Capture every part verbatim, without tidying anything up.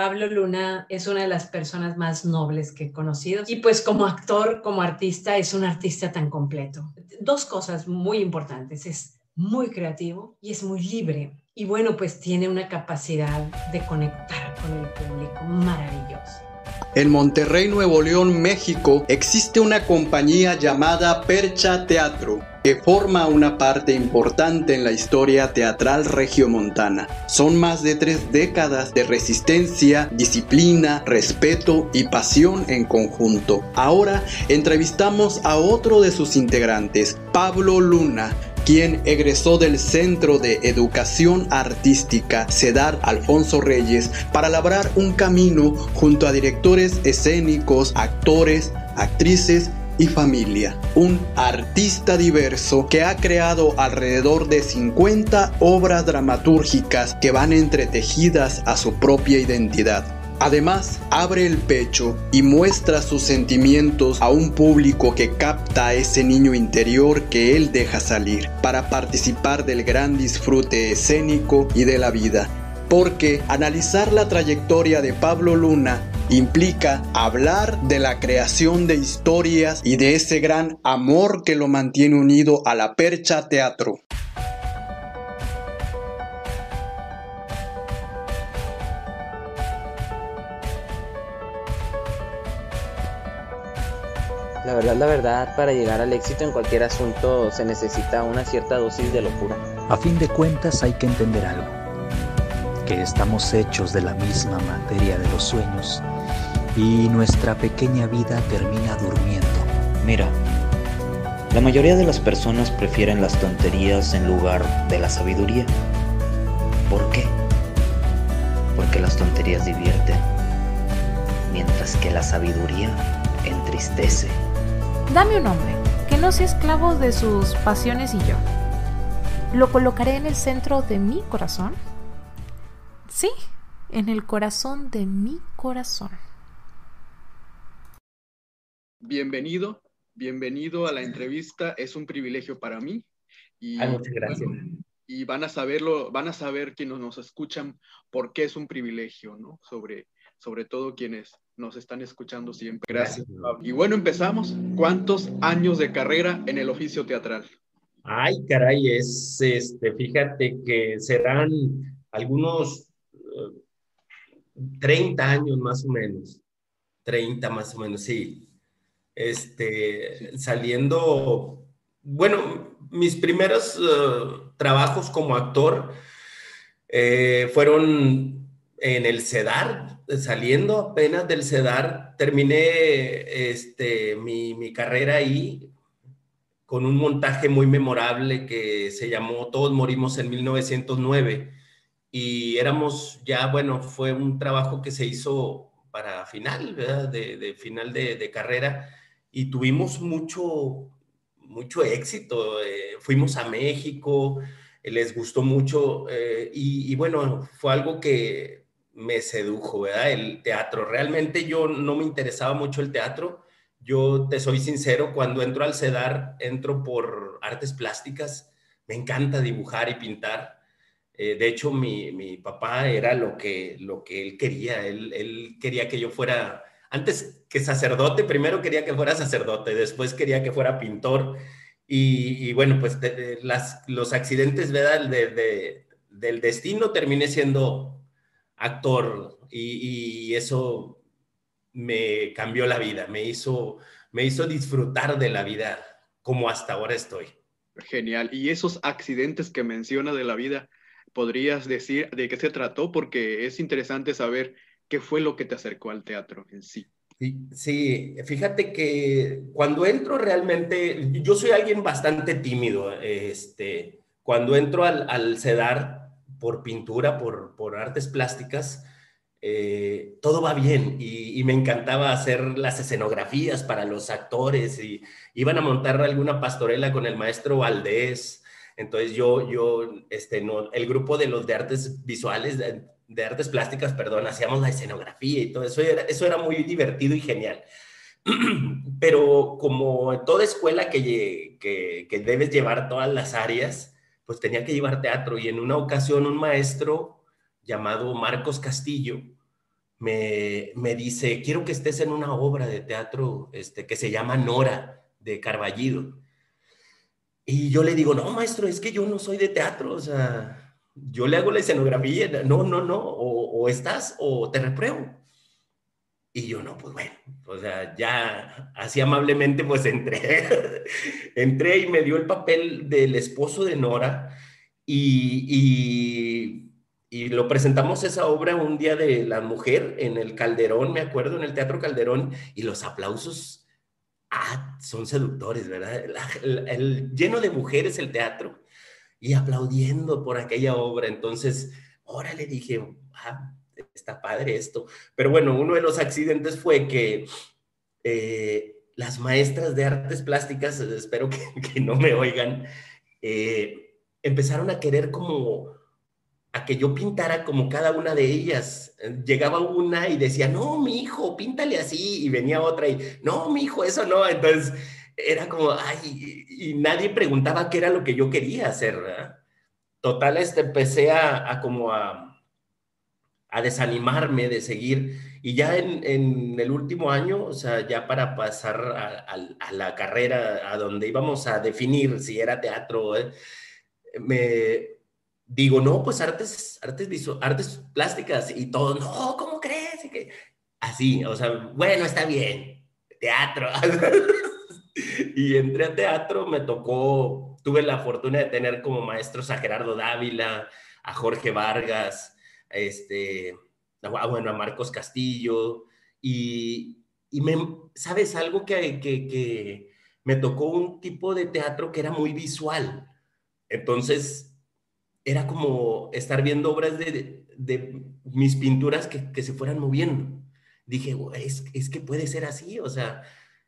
Pablo Luna es una de las personas más nobles que he conocido y pues como actor, como artista, es un artista tan completo. Dos cosas muy importantes, es muy creativo y es muy libre. Y bueno, pues tiene una capacidad de conectar con el público maravillosa. En Monterrey, Nuevo León, México, existe una compañía llamada Percha Teatro, que forma una parte importante en la historia teatral regiomontana. Son más de tres décadas de resistencia, disciplina, respeto y pasión en conjunto. Ahora entrevistamos a otro de sus integrantes, Pablo Luna, quien egresó del Centro de Educación Artística CEDAR Alfonso Reyes para labrar un camino junto a directores escénicos, actores, actrices y familia. Un artista diverso que ha creado alrededor de cincuenta obras dramatúrgicas que van entretejidas a su propia identidad. Además, abre el pecho y muestra sus sentimientos a un público que capta a ese niño interior que él deja salir para participar del gran disfrute escénico y de la vida. Porque analizar la trayectoria de Pablo Luna implica hablar de la creación de historias y de ese gran amor que lo mantiene unido a la Percha Teatro. La verdad, la verdad, para llegar al éxito en cualquier asunto se necesita una cierta dosis de locura. A fin de cuentas hay que entender algo, que estamos hechos de la misma materia de los sueños y nuestra pequeña vida termina durmiendo. Mira, la mayoría de las personas prefieren las tonterías en lugar de la sabiduría. ¿Por qué? Porque las tonterías divierten, mientras que la sabiduría entristece. Dame un hombre que no sea esclavo de sus pasiones y yo. ¿Lo colocaré en el centro de mi corazón? Sí, en el corazón de mi corazón. Bienvenido, bienvenido a la entrevista. Es un privilegio para mí. Y, Ay, muchas gracias. Bueno, y van a saberlo, van a saber quienes nos escuchan por qué es un privilegio, ¿no? Sobre, sobre todo quienes nos están escuchando siempre. Gracias. Gracias. Y bueno, empezamos. ¿Cuántos años de carrera en el oficio teatral? Ay, caray, es, este, fíjate que serán algunos uh, treinta años más o menos. treinta más o menos, sí. Este, sí. Saliendo, bueno, mis primeros uh, trabajos como actor eh, fueron en el CEDAR. Saliendo apenas del CEDAR, terminé este, mi, mi carrera ahí con un montaje muy memorable que se llamó Todos morimos en mil novecientos nueve, y éramos ya, bueno, fue un trabajo que se hizo para final, ¿verdad? De, de final de, de carrera, y tuvimos mucho, mucho éxito. Eh, fuimos a México, eh, les gustó mucho, eh, y, y bueno, fue algo que me sedujo, ¿verdad? El teatro. Realmente yo no me interesaba mucho el teatro. Yo te soy sincero, cuando entro al CEDAR, entro por artes plásticas. Me encanta dibujar y pintar. Eh, de hecho, mi, mi papá era lo que, lo que él quería. Él, él quería que yo fuera, antes que sacerdote, primero quería que fuera sacerdote, después quería que fuera pintor. Y, y bueno, pues de, de las, los accidentes, ¿verdad? De, de, del destino, terminé siendo actor, y, y eso me cambió la vida, me hizo, me hizo disfrutar de la vida como hasta ahora estoy. Genial. Y esos accidentes que menciona de la vida, ¿podrías decir de qué se trató? Porque es interesante saber qué fue lo que te acercó al teatro en sí. Sí, sí, fíjate que cuando entro realmente, yo soy alguien bastante tímido, este, cuando entro al, al CEDAR por pintura, por, por artes plásticas, eh, todo va bien, y, y me encantaba hacer las escenografías para los actores, y iban a montar alguna pastorela con el maestro Valdés. Entonces yo, yo este, no, el grupo de los de artes visuales, de, de artes plásticas, perdón, hacíamos la escenografía y todo eso. Era, eso era muy divertido y genial. Pero como en toda escuela que, que, que debes llevar todas las áreas, pues tenía que llevar teatro. Y en una ocasión un maestro llamado Marcos Castillo me, me dice, quiero que estés en una obra de teatro este, que se llama Nora, de Carballido. Y yo le digo, no, maestro, es que yo no soy de teatro, o sea, yo le hago la escenografía, no, no, no, o, o estás o te repruebo. Y yo, no, pues bueno, o sea, ya así amablemente pues entré, entré y me dio el papel del esposo de Nora y, y, y lo presentamos esa obra un día de la mujer en el Calderón, me acuerdo, en el Teatro Calderón, y los aplausos, ah, son seductores, ¿verdad? El, el, lleno de mujeres el teatro y aplaudiendo por aquella obra, entonces, órale, dije, ah, está padre esto. Pero bueno, uno de los accidentes fue que eh, las maestras de artes plásticas, espero que, que no me oigan, eh, empezaron a querer como a que yo pintara como cada una de ellas. Llegaba una y decía, no, mi hijo, píntale así, y venía otra y, no, mi hijo, eso no. Entonces era como, ay, y, y nadie preguntaba qué era lo que yo quería hacer, ¿verdad? Total, este, empecé a, a como a a desanimarme de seguir, y ya en, en el último año, o sea, ya para pasar a, a, a la carrera a donde íbamos a definir si era teatro, ¿eh? me digo, no, pues artes, artes, visu artes plásticas, y todo, no, ¿cómo crees? Y que, así, o sea, bueno, está bien, teatro. Y entré a teatro, me tocó, tuve la fortuna de tener como maestros a Gerardo Dávila, a Jorge Vargas, este, bueno, a Marcos Castillo, y, y me, ¿sabes? Algo que, que, que me tocó un tipo de teatro que era muy visual, entonces era como estar viendo obras de, de, de mis pinturas que, que se fueran moviendo. Dije, es, es que puede ser así, o sea,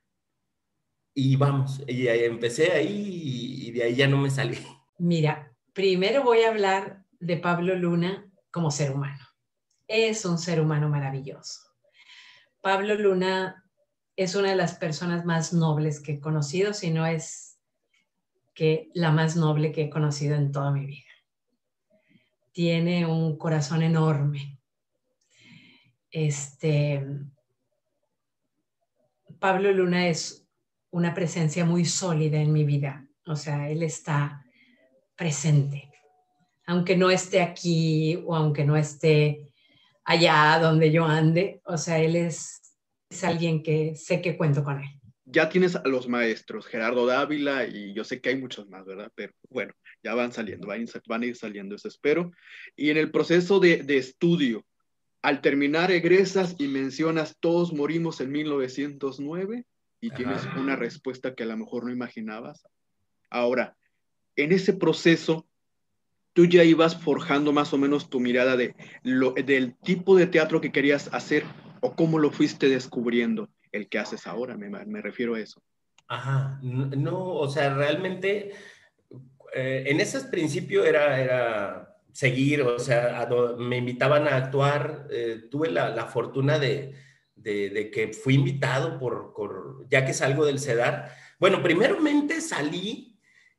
y vamos, y empecé ahí y de ahí ya no me salí. Mira, primero voy a hablar de Pablo Luna como ser humano. Es un ser humano maravilloso. Pablo Luna es una de las personas más nobles que he conocido, si no es que la más noble que he conocido en toda mi vida. Tiene un corazón enorme. Este, Pablo Luna es una presencia muy sólida en mi vida. O sea, él está presente. Aunque no esté aquí o aunque no esté allá donde yo ande, o sea, él es, es alguien que sé que cuento con él. Ya tienes a los maestros, Gerardo Dávila, y yo sé que hay muchos más, ¿verdad? Pero bueno, ya van saliendo, van, van a ir saliendo, eso espero. Y en el proceso de, de estudio, al terminar egresas y mencionas todos morimos en mil novecientos nueve y tienes Ajá. una respuesta que a lo mejor no imaginabas. Ahora, en ese proceso, tú ya ibas forjando más o menos tu mirada de lo, del tipo de teatro que querías hacer o cómo lo fuiste descubriendo, el que haces ahora, me, me refiero a eso. Ajá, no, o sea, realmente eh, en ese principio era, era seguir, o sea, a, me invitaban a actuar, eh, tuve la, la fortuna de, de, de que fui invitado por, por, ya que salgo del CEDAR. Bueno, primeramente salí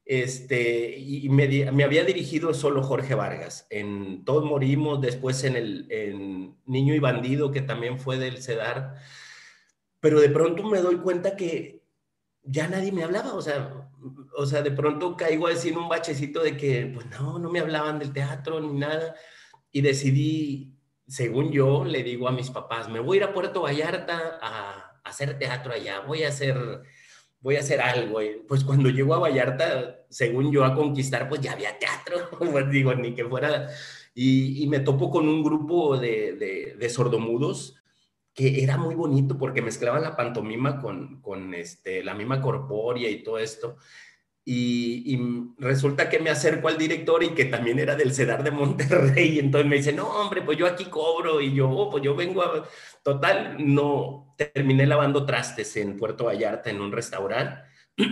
Este, y me, me había dirigido solo Jorge Vargas en Todos Morimos, después en, el, en Niño y Bandido, que también fue del CEDAR, pero de pronto me doy cuenta que ya nadie me hablaba, o sea, o sea de pronto caigo así en un bachecito de que, pues no, no me hablaban del teatro ni nada, y decidí, según yo, le digo a mis papás, me voy a ir a Puerto Vallarta a, a hacer teatro allá, voy a hacer... voy a hacer algo. Pues cuando llego a Vallarta, según yo, a conquistar, pues ya había teatro, pues digo, ni que fuera. Y, y me topo con un grupo de, de, de sordomudos que era muy bonito porque mezclaban la pantomima con, con este, la mima corpórea y todo esto. Y, y resulta que me acerco al director y que también era del CEDAR de Monterrey, y entonces me dice, no, hombre, pues yo aquí cobro, y yo, oh, pues yo vengo a... Total, no, terminé lavando trastes en Puerto Vallarta en un restaurante,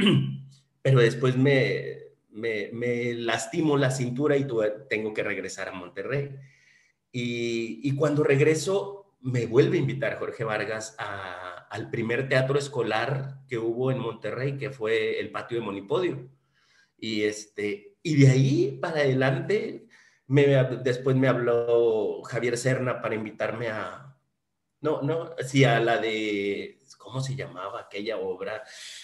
pero después me, me, me lastimo la cintura y tuve, tengo que regresar a Monterrey. Y, y cuando regreso, me vuelve a invitar Jorge Vargas a, al primer teatro escolar que hubo en Monterrey, que fue el Patio de Monipodio. Y, este, y de ahí para adelante, me, después me habló Javier Serna para invitarme a, No, no, sí, a la de, ¿cómo se llamaba aquella obra?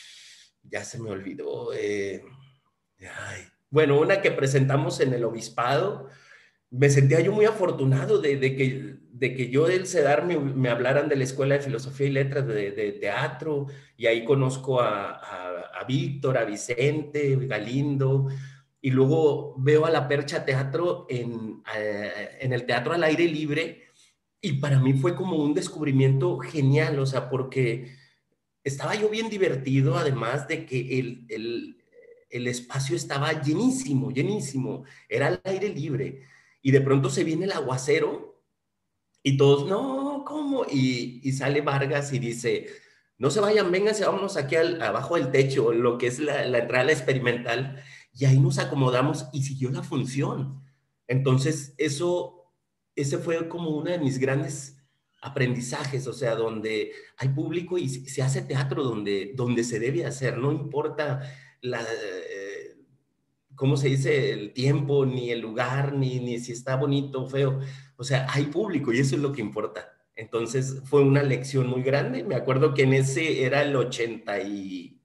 Ya se me olvidó. Eh, ay. Bueno, una que presentamos en el obispado, me sentía yo muy afortunado de, de que, de que yo del CEDAR me, me hablaran de la Escuela de Filosofía y Letras de, de teatro, y ahí conozco a, a, a Víctor, a Vicente, Galindo, y luego veo a La Percha Teatro en, eh, en el Teatro al Aire Libre, y para mí fue como un descubrimiento genial, o sea, porque estaba yo bien divertido, además de que el, el, el espacio estaba llenísimo, llenísimo, era al aire libre, y de pronto se viene el aguacero, y todos, no, ¿cómo? Y, y sale Vargas y dice, no se vayan, vénganse, vámonos aquí al, abajo del techo, lo que es la, la entrada experimental, y ahí nos acomodamos y siguió la función. Entonces, eso, ese fue como uno de mis grandes aprendizajes, o sea, donde hay público y se hace teatro donde, donde se debe hacer, no importa la, eh, ¿cómo se dice? El tiempo, ni el lugar, ni, ni si está bonito o feo, o sea, hay público y eso es lo que importa. Entonces fue una lección muy grande, me acuerdo que en ese era el ochenta y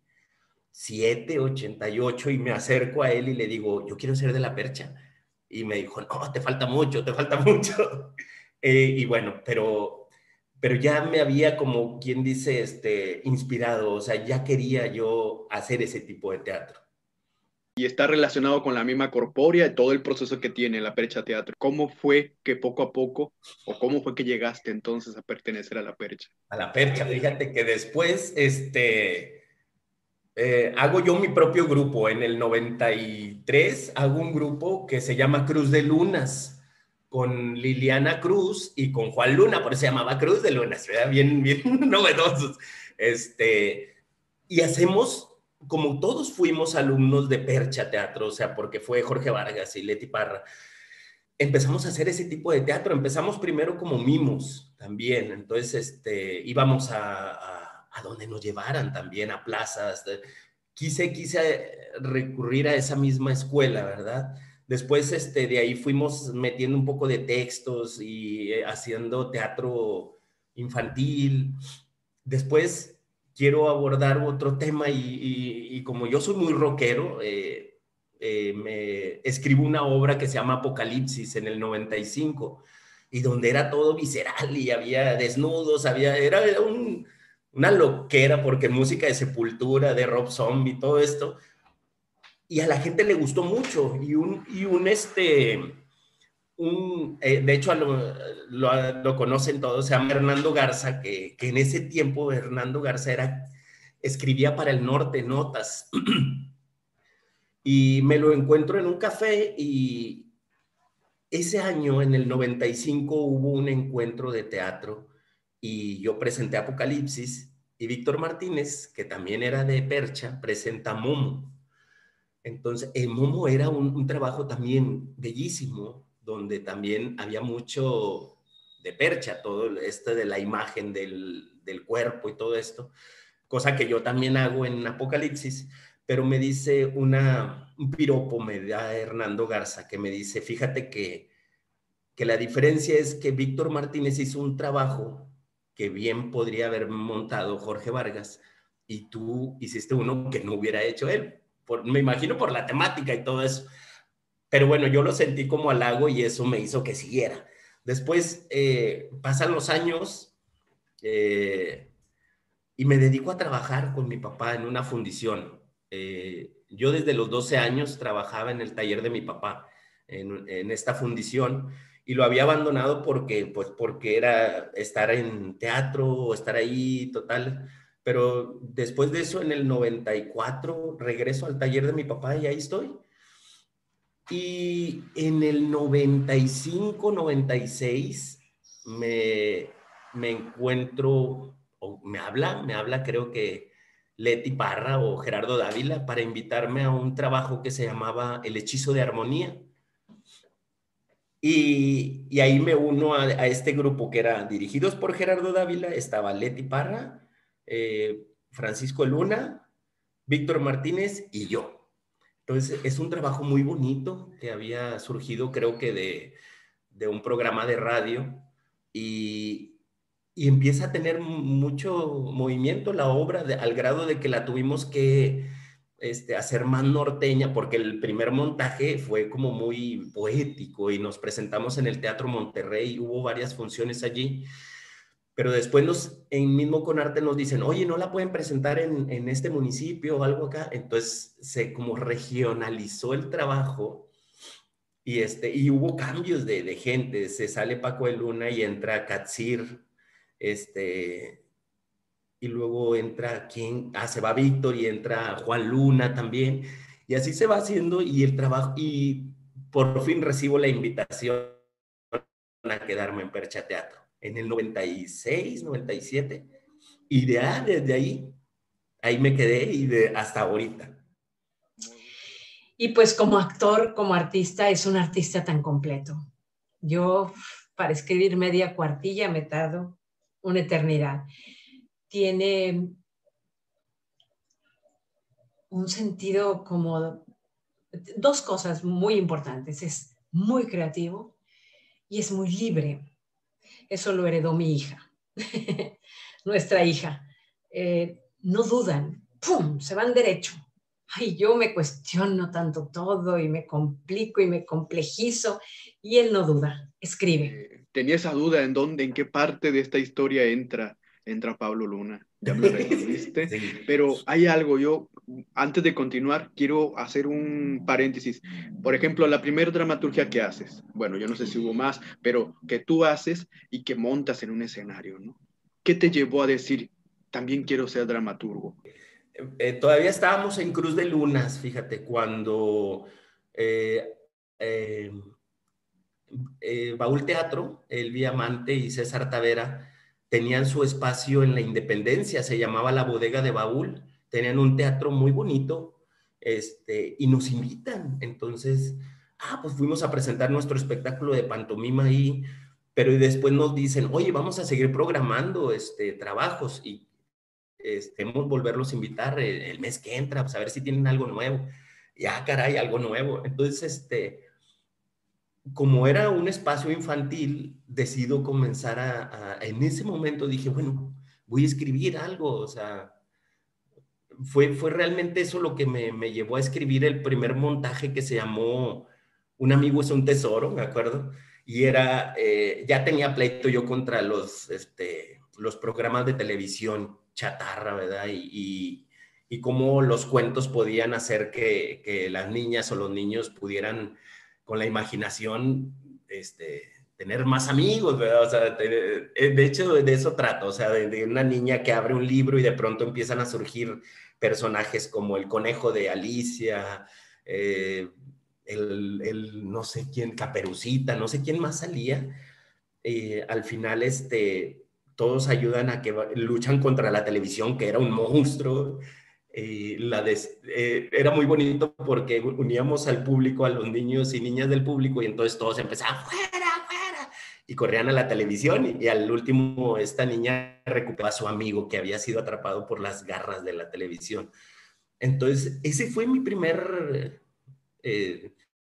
siete, ochenta y ocho, y me acerco a él y le digo, yo quiero ser de La Percha, y me dijo, no, te falta mucho, te falta mucho, eh, y bueno, pero pero ya me había, como quien dice, este, inspirado, o sea, ya quería yo hacer ese tipo de teatro. Y está relacionado con la misma corpórea y todo el proceso que tiene La Percha Teatro. ¿Cómo fue que poco a poco, o cómo fue que llegaste entonces a pertenecer a La Percha? A La Percha, fíjate que después, este, eh, hago yo mi propio grupo. En el noventa y tres hago un grupo que se llama Cruz de Lunas, con Liliana Cruz y con Juan Luna, por eso se llamaba Cruz de Lunas, ¿verdad? Bien, bien novedosos. Este, y hacemos, como todos fuimos alumnos de Percha Teatro, o sea, porque fue Jorge Vargas y Leti Parra, empezamos a hacer ese tipo de teatro. Empezamos primero como mimos también, entonces este, íbamos a, a, a donde nos llevaran también, a plazas. Quise, quise recurrir a esa misma escuela, ¿verdad? Después este, de ahí fuimos metiendo un poco de textos y eh, haciendo teatro infantil. Después quiero abordar otro tema y, y, y como yo soy muy rockero, eh, eh, me escribo una obra que se llama Apocalipsis en el noventa y cinco, y donde era todo visceral y había desnudos, había, era, era un, una loquera, porque música de Sepultura, de Rob Zombie, todo esto, y a la gente le gustó mucho, y un, y un este, un, eh, de hecho lo, lo, lo conocen todos, se llama Hernando Garza, que, que en ese tiempo Hernando Garza era, escribía para El Norte notas, y me lo encuentro en un café, y ese año, en el noventa y cinco, hubo un encuentro de teatro, y yo presenté Apocalipsis, y Víctor Martínez, que también era de Percha, presenta Momo. Entonces, el Momo era un, un trabajo también bellísimo, donde también había mucho de Percha, todo esto de la imagen del, del cuerpo y todo esto, cosa que yo también hago en Apocalipsis, pero me dice una, un piropo, me da Hernando Garza, que me dice, fíjate que, que la diferencia es que Víctor Martínez hizo un trabajo que bien podría haber montado Jorge Vargas, y tú hiciste uno que no hubiera hecho él. Por, me imagino por la temática y todo eso. Pero bueno, yo lo sentí como halago y eso me hizo que siguiera. Después eh, pasan los años eh, y me dedico a trabajar con mi papá en una fundición. Eh, yo desde los doce años trabajaba en el taller de mi papá, en, en esta fundición, y lo había abandonado porque, pues, porque era estar en teatro o estar ahí, total. Pero después de eso, en el noventa y cuatro, regreso al taller de mi papá y ahí estoy. Y en el noventa y cinco, noventa y seis, me, me encuentro, o me habla, me habla creo que Leti Parra o Gerardo Dávila, para invitarme a un trabajo que se llamaba El Hechizo de Armonía. Y, y ahí me uno a, a este grupo que era dirigidos por Gerardo Dávila. Estaba Leti Parra, Eh, Francisco Luna, Víctor Martínez y yo. Entonces es un trabajo muy bonito que había surgido, creo que de, de un programa de radio, y, y empieza a tener mucho movimiento la obra, de, al grado de que la tuvimos que este, hacer más norteña, porque el primer montaje fue como muy poético y nos presentamos en el Teatro Monterrey, hubo varias funciones allí, pero después nos, en mismo Conarte nos dicen, oye, ¿no la pueden presentar en, en este municipio o algo acá? Entonces se como regionalizó el trabajo y, este, y hubo cambios de, de gente, se sale Paco de Luna y entra Katsir, este, y luego entra quien, ah, se va Víctor y entra Juan Luna también, y así se va haciendo y el trabajo, y por fin recibo la invitación a quedarme en Percha Teatro, en el noventa y seis, noventa y siete, y de, ah, desde ahí, ahí me quedé y de, hasta ahorita. Y pues como actor, como artista, es un artista tan completo. Yo, para escribir media cuartilla, me tardo una eternidad. Tiene un sentido como dos cosas muy importantes. Es muy creativo y es muy libre. Eso lo heredó mi hija, nuestra hija. Eh, no dudan, ¡pum!, se van derecho. Ay, yo me cuestiono tanto todo y me complico y me complejizo y él no duda, escribe. Eh, tenía esa duda en dónde, en qué parte de esta historia entra, entra Pablo Luna. Ya me respondiste. Sí. Pero hay algo, yo, antes de continuar, quiero hacer un paréntesis. Por ejemplo, la primera dramaturgia que haces, bueno, yo no sé si hubo más, pero que tú haces y que montas en un escenario, ¿no? ¿Qué te llevó a decir, también quiero ser dramaturgo? Eh, todavía estábamos en Cruz de Lunas, fíjate, cuando eh, eh, eh, Baúl Teatro, El Viamante y César Tavera tenían su espacio en la Independencia, se llamaba La Bodega de Baúl, tenían un teatro muy bonito, este, y nos invitan, entonces, ah, pues fuimos a presentar nuestro espectáculo de pantomima ahí, pero después nos dicen, oye, vamos a seguir programando este, trabajos, y queremos volverlos a invitar el, el mes que entra, pues a ver si tienen algo nuevo. Ya, caray, algo nuevo. Entonces, este, como era un espacio infantil, decido comenzar a, a, en ese momento dije, bueno, voy a escribir algo, o sea, fue, fue realmente eso lo que me, me llevó a escribir el primer montaje que se llamó Un amigo es un tesoro, me acuerdo, y era, eh, ya tenía pleito yo contra los, este, los programas de televisión chatarra, ¿verdad? Y, y, y cómo los cuentos podían hacer que, que las niñas o los niños pudieran, con la imaginación, este, tener más amigos, ¿verdad? O sea, de, de hecho, de eso trato, o sea, de, de una niña que abre un libro y de pronto empiezan a surgir personajes como el conejo de Alicia, eh, el, el no sé quién, Caperucita, no sé quién más salía. Eh, al final, este... todos ayudan a que luchan contra la televisión, que era un monstruo. Eh, la des, eh, era muy bonito porque uníamos al público, a los niños y niñas del público, y entonces todos empezaban, ¡fuera, fuera! Y corrían a la televisión, y, y al último esta niña recuperaba a su amigo que había sido atrapado por las garras de la televisión. Entonces, ese fue mi primer... Eh,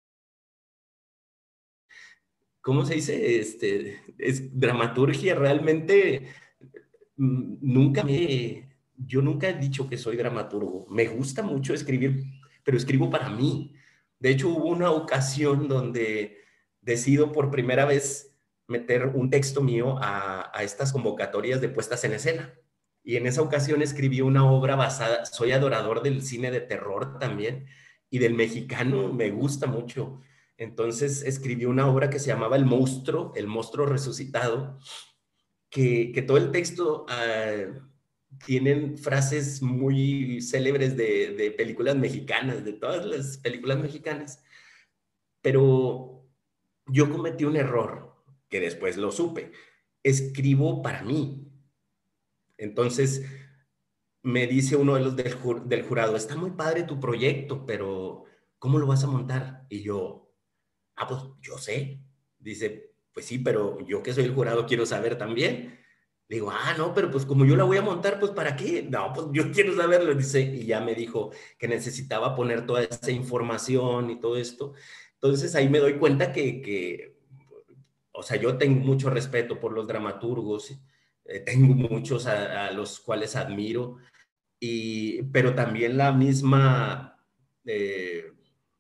¿cómo se dice? Este, es dramaturgia, realmente nunca me, yo nunca he dicho que soy dramaturgo. Me gusta mucho escribir, pero escribo para mí. De hecho, hubo una ocasión donde decido por primera vez meter un texto mío a, a estas convocatorias de puestas en escena. Y en esa ocasión escribí una obra basada, soy adorador del cine de terror también, y del mexicano me gusta mucho. Entonces escribí una obra que se llamaba El Monstruo, El Monstruo Resucitado, que, que todo el texto uh, tienen frases muy célebres de, de películas mexicanas, de todas las películas mexicanas, pero yo cometí un error, que después lo supe. Escribo para mí. Entonces me dice uno de los del, jur, del jurado, está muy padre tu proyecto, pero ¿cómo lo vas a montar? Y yo... ah, pues yo sé. Dice, pues sí, pero yo que soy el jurado quiero saber también. Le digo, ah, no, pero pues como yo la voy a montar, pues ¿para qué? No, pues yo quiero saberlo. Dice, y ya me dijo que necesitaba poner toda esa información y todo esto. Entonces ahí me doy cuenta que, que o sea, yo tengo mucho respeto por los dramaturgos, eh, tengo muchos a, a los cuales admiro, y, pero también la misma, eh,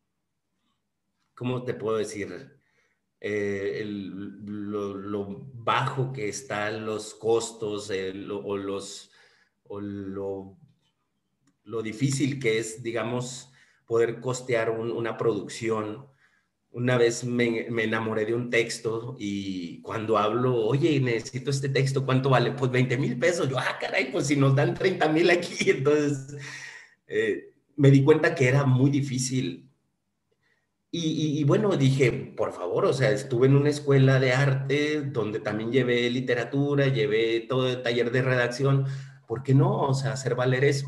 ¿cómo te puedo decir? Eh, el, lo, lo bajo que están los costos, el, o, los, o lo, lo difícil que es, digamos, poder costear un, una producción. Una vez me, me enamoré de un texto y cuando hablo, oye, necesito este texto, ¿cuánto vale? Pues veinte mil pesos. Yo, ah, caray, pues si nos dan treinta mil aquí. Entonces, eh, me di cuenta que era muy difícil. Y, y, y bueno, dije, por favor, o sea, estuve en una escuela de arte donde también llevé literatura, llevé todo el taller de redacción. ¿Por qué no? O sea, hacer valer eso.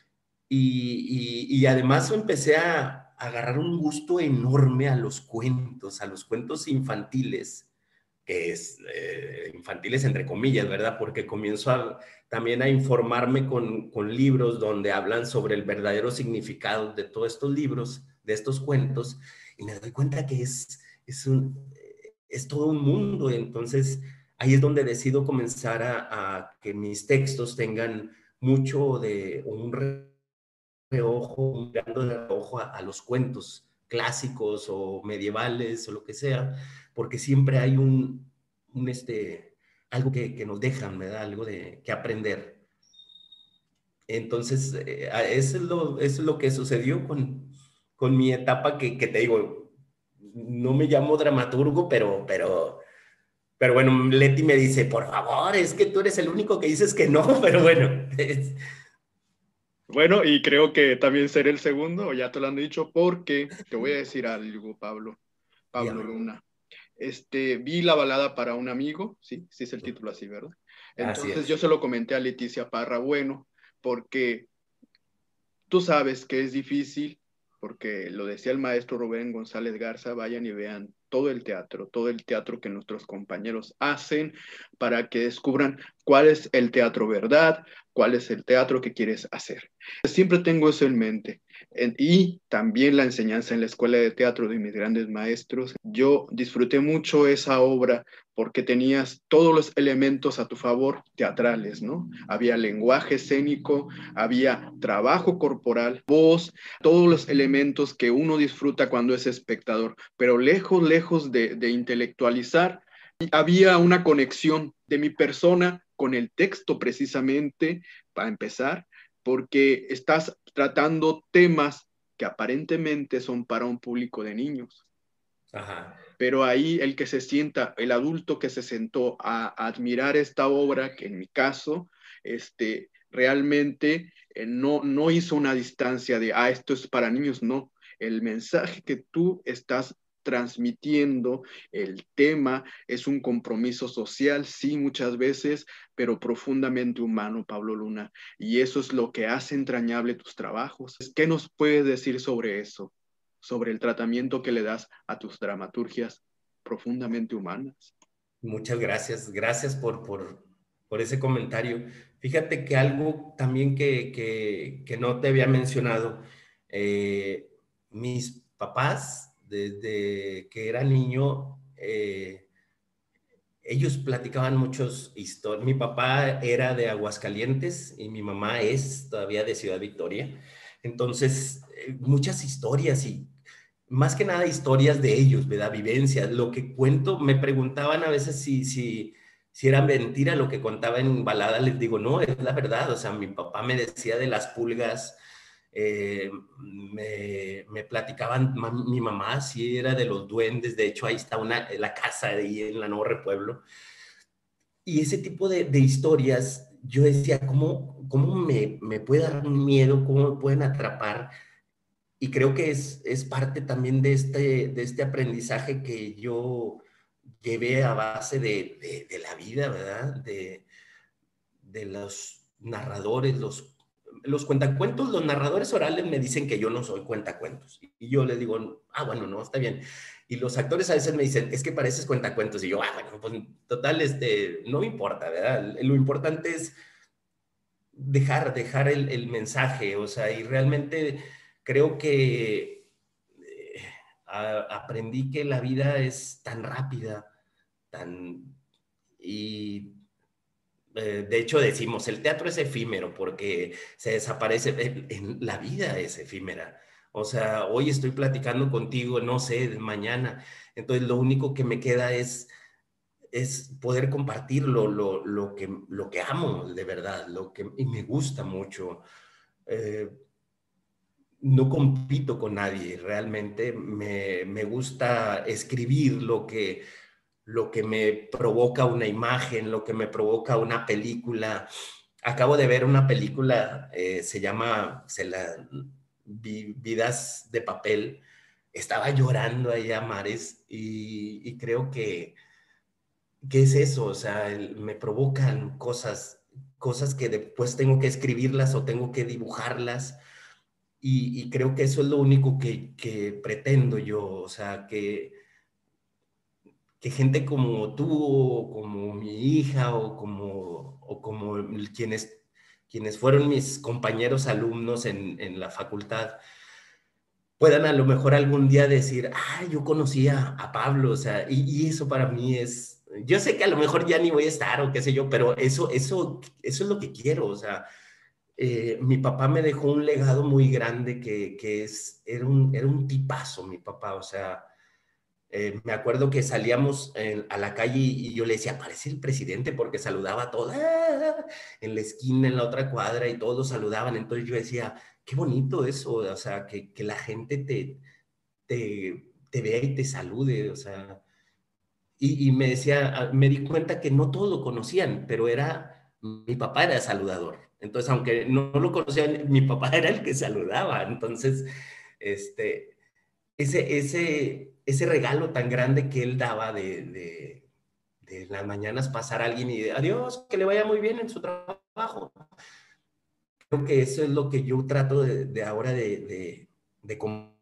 Y, y, y además empecé a, a agarrar un gusto enorme a los cuentos, a los cuentos infantiles, que es eh, infantiles entre comillas, ¿verdad? Porque comienzo a, también a informarme con, con libros donde hablan sobre el verdadero significado de todos estos libros, de estos cuentos, y me doy cuenta que es, es, un, es todo un mundo. Entonces ahí es donde decido comenzar a, a que mis textos tengan mucho de un reojo, mirando de reojo a, a los cuentos clásicos o medievales o lo que sea, porque siempre hay un, un este, algo que, que nos dejan, ¿verdad? Algo de que aprender. Entonces, eh, eso, es lo, eso es lo que sucedió con, con mi etapa que, que te digo, no me llamo dramaturgo, pero, pero, pero bueno, Leti me dice, por favor, es que tú eres el único que dices que no, pero bueno, es, Bueno, y creo que también seré el segundo, ya te lo han dicho, porque te voy a decir algo, Pablo, Pablo dígame. Luna. Este, vi La balada para un amigo, sí, sí es el título así, ¿verdad? Así Entonces es. yo se lo comenté a Leticia Parra, bueno, porque tú sabes que es difícil, porque lo decía el maestro Rubén González Garza, vayan y vean todo el teatro, todo el teatro que nuestros compañeros hacen para que descubran cuál es el teatro verdad, cuál es el teatro que quieres hacer. Siempre tengo eso en mente. Y también la enseñanza en la escuela de teatro de mis grandes maestros. Yo disfruté mucho esa obra porque tenías todos los elementos a tu favor teatrales, ¿no? Había lenguaje escénico, había trabajo corporal, voz, todos los elementos que uno disfruta cuando es espectador, pero lejos, lejos de, de intelectualizar, había una conexión de mi persona con el texto precisamente, para empezar, porque estás tratando temas que aparentemente son para un público de niños. Ajá. Pero ahí el que se sienta, el adulto que se sentó a, a admirar esta obra, que en mi caso, este, realmente eh, no, no hizo una distancia de, ah, esto es para niños, no. El mensaje que tú estás transmitiendo, el tema es un compromiso social, sí, muchas veces, pero profundamente humano, Pablo Luna. Y eso es lo que hace entrañable tus trabajos. ¿Qué nos puedes decir sobre eso? Sobre el tratamiento que le das a tus dramaturgias profundamente humanas. Muchas gracias, gracias por, por, por ese comentario. Fíjate que algo también que, que, que no te había mencionado, eh, mis papás, desde que era niño, eh, ellos platicaban muchos historias. Mi papá era de Aguascalientes y mi mamá es todavía de Ciudad Victoria. Entonces, eh, muchas historias y más que nada historias de ellos, ¿verdad? Vivencias. Lo que cuento, me preguntaban a veces si, si, si era mentira lo que contaba en balada. Les digo, no, es la verdad. O sea, mi papá me decía de las pulgas, eh, me, me platicaban, mi mamá sí era de los duendes. De hecho, ahí está una, la casa de ahí en la Nuevo Repueblo. Y ese tipo de, de historias, yo decía, ¿cómo, cómo me, me puede dar miedo? ¿Cómo me pueden atrapar? Y creo que es, es parte también de este, de este aprendizaje que yo llevé a base de, de, de la vida, ¿verdad? De, de los narradores, los, los cuentacuentos, los narradores orales me dicen que yo no soy cuentacuentos. Y yo les digo, ah, bueno, no, está bien. Y los actores a veces me dicen, es que pareces cuentacuentos. Y yo, ah, bueno, pues total, este, no me importa, ¿verdad? Lo importante es dejar, dejar el, el mensaje, o sea, y realmente creo que eh, a, aprendí que la vida es tan rápida, tan, y Eh, de hecho decimos, el teatro es efímero porque se desaparece, en, en la vida es efímera. O sea, hoy estoy platicando contigo, no sé, mañana. Entonces lo único que me queda es, es poder compartir lo, lo, lo, que, lo que amo de verdad, lo que y me gusta mucho. Eh, no compito con nadie, realmente me, me gusta escribir lo que, lo que me provoca una imagen, lo que me provoca una película. Acabo de ver una película, eh, se llama se la, Vidas de Papel. Estaba llorando ahí a mares y, y creo que, que es eso, o sea, el, me provocan cosas, cosas que después tengo que escribirlas o tengo que dibujarlas. Y, y creo que eso es lo único que, que pretendo yo, o sea, que, que gente como tú, o como mi hija, o como, o como quienes, quienes fueron mis compañeros alumnos en, en la facultad, puedan a lo mejor algún día decir, ah, yo conocía a Pablo, o sea, y, y eso para mí es, yo sé que a lo mejor ya ni voy a estar o qué sé yo, pero eso, eso, eso es lo que quiero, o sea, eh, mi papá me dejó un legado muy grande que, que es, era un, era un tipazo, mi papá, o sea, eh, me acuerdo que salíamos en, a la calle y yo le decía, parece el presidente porque saludaba a todos, ¡ah! En la esquina, en la otra cuadra y todos saludaban, entonces yo decía, qué bonito eso, o sea, que, que la gente te, te, te vea y te salude, o sea, y, y me decía, me di cuenta que no todos lo conocían, pero era, mi papá era saludador, entonces aunque no lo conocían, mi papá era el que saludaba, entonces, este, ese, ese, ese regalo tan grande que él daba de, de, de las mañanas pasar a alguien y de, adiós, que le vaya muy bien en su trabajo. Creo que eso es lo que yo trato de, de ahora de, de, de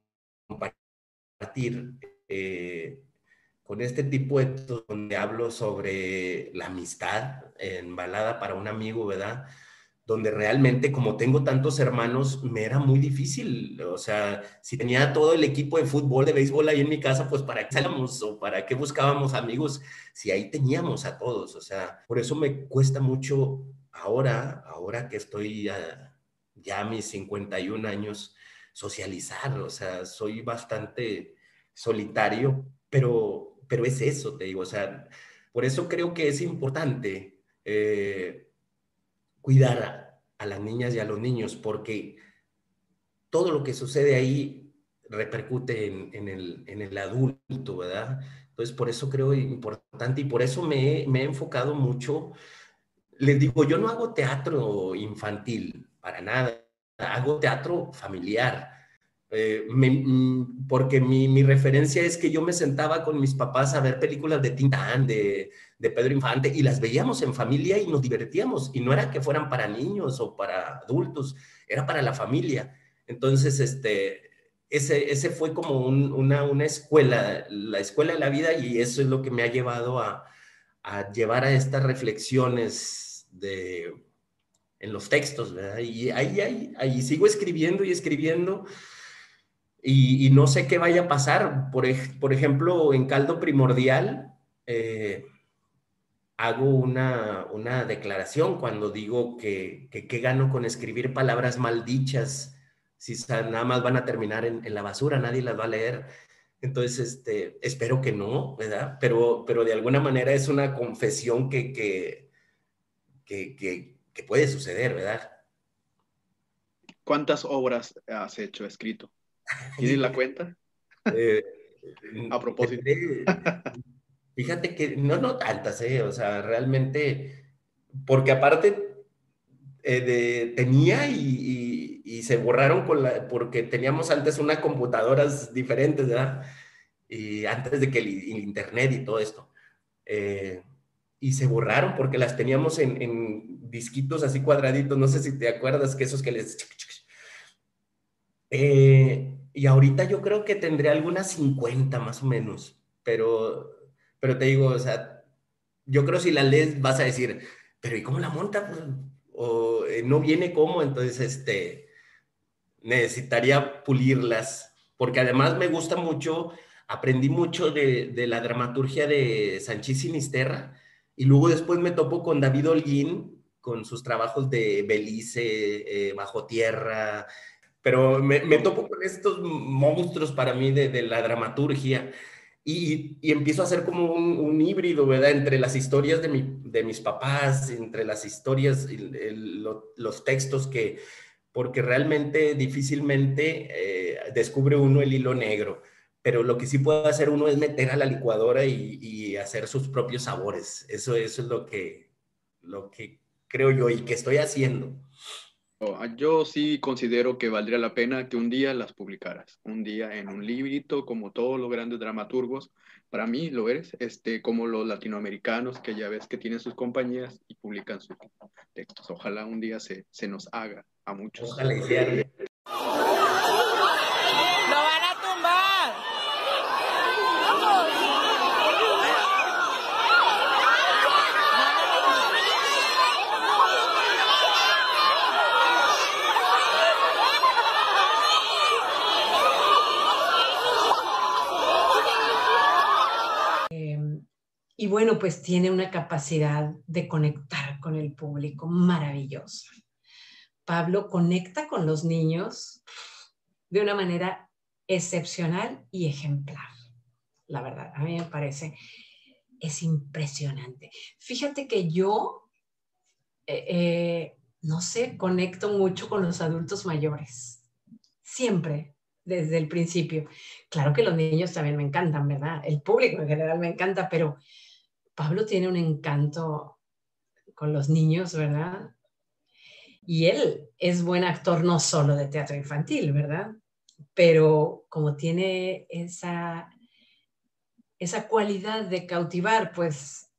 compartir eh, con este tipo de textos donde hablo sobre la amistad en Balada para un amigo, ¿verdad? Donde realmente, como tengo tantos hermanos, me era muy difícil. O sea, si tenía todo el equipo de fútbol, de béisbol ahí en mi casa, pues ¿para qué salíamos o para qué buscábamos amigos si ahí teníamos a todos? O sea, por eso me cuesta mucho ahora, ahora que estoy a, ya a mis cincuenta y un años, socializar. O sea, soy bastante solitario, pero, pero es eso, te digo. O sea, por eso creo que es importante eh, cuidar a, a las niñas y a los niños, porque todo lo que sucede ahí repercute en, en, el, en el adulto, ¿verdad? Entonces, por eso creo importante y por eso me, me he enfocado mucho. Les digo, yo no hago teatro infantil, para nada, hago teatro familiar. Eh, me, porque mi, mi referencia es que yo me sentaba con mis papás a ver películas de Tintán, de, de Pedro Infante, y las veíamos en familia y nos divertíamos, y no era que fueran para niños o para adultos, era para la familia. Entonces, este, ese, ese fue como un, una, una escuela, la escuela de la vida, y eso es lo que me ha llevado a, a llevar a estas reflexiones de, en los textos, ¿verdad? Y ahí, ahí, ahí sigo escribiendo y escribiendo, y, y no sé qué vaya a pasar. Por, ej, por ejemplo, en Caldo Primordial, eh, hago una, una declaración cuando digo que, que, que gano con escribir palabras maldichas, si nada más van a terminar en, en la basura, nadie las va a leer. Entonces, este, espero que no, ¿verdad? Pero, pero de alguna manera es una confesión que, que, que, que, que puede suceder, ¿verdad? ¿Cuántas obras has hecho, escrito? ¿Tienes la cuenta? Eh, a propósito. Fíjate que no, no tantas, ¿eh? O sea, realmente, porque aparte eh, de, tenía y, y, y se borraron con la, porque teníamos antes unas computadoras diferentes, ¿verdad? Y antes de que el, el internet y todo esto. Eh, y se borraron porque las teníamos en, en disquitos así cuadraditos, no sé si te acuerdas que esos que les... Eh, y ahorita yo creo que tendré algunas cincuenta más o menos, pero, pero te digo, o sea, yo creo si la lees vas a decir, pero ¿y cómo la monta? Pues, o eh, no viene cómo, entonces este, necesitaría pulirlas, porque además me gusta mucho, aprendí mucho de, de la dramaturgia de Sanchís Sinisterra, Y luego después me topo con David Holguín, con sus trabajos de Belice, eh, Bajo Tierra, pero me, me topo con estos monstruos para mí de, de la dramaturgia. Y, y empiezo a hacer como un, un híbrido, ¿verdad? Entre las historias de, mi, de mis papás, entre las historias, el, el, lo, los textos que, porque realmente difícilmente eh, descubre uno el hilo negro, pero lo que sí puede hacer uno es meter a la licuadora y, y hacer sus propios sabores. Eso, eso es lo que, lo que creo yo y que estoy haciendo. Yo sí considero que valdría la pena que un día las publicaras, un día en un librito, como todos los grandes dramaturgos. Para mí lo eres, este, como los latinoamericanos que ya ves que tienen sus compañías y publican sus textos. Ojalá un día se, se nos haga a muchos. Ojalá hicieran. Y bueno, pues tiene una capacidad de conectar con el público maravillosa. Pablo conecta con los niños de una manera excepcional y ejemplar. La verdad, a mí me parece, es impresionante. Fíjate que yo, eh, eh, no sé, conecto mucho con los adultos mayores. Siempre, desde el principio. Claro que los niños también me encantan, ¿verdad? El público en general me encanta, pero Pablo tiene un encanto con los niños, ¿verdad? Y él es buen actor no solo de teatro infantil, ¿verdad? Pero como tiene esa, esa cualidad de cautivar, pues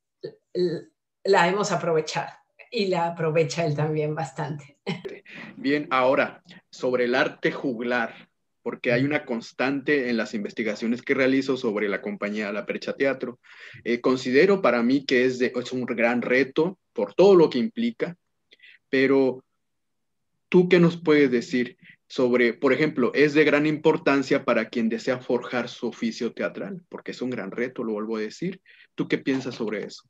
la hemos aprovechado y la aprovecha él también bastante. Bien, ahora, sobre el arte juglar, porque hay una constante en las investigaciones que realizo sobre la compañía La Percha Teatro. Eh, considero para mí que es, de, es un gran reto por todo lo que implica, pero ¿tú qué nos puedes decir sobre, por ejemplo, es de gran importancia para quien desea forjar su oficio teatral? Porque es un gran reto, lo vuelvo a decir. ¿Tú qué piensas sobre eso?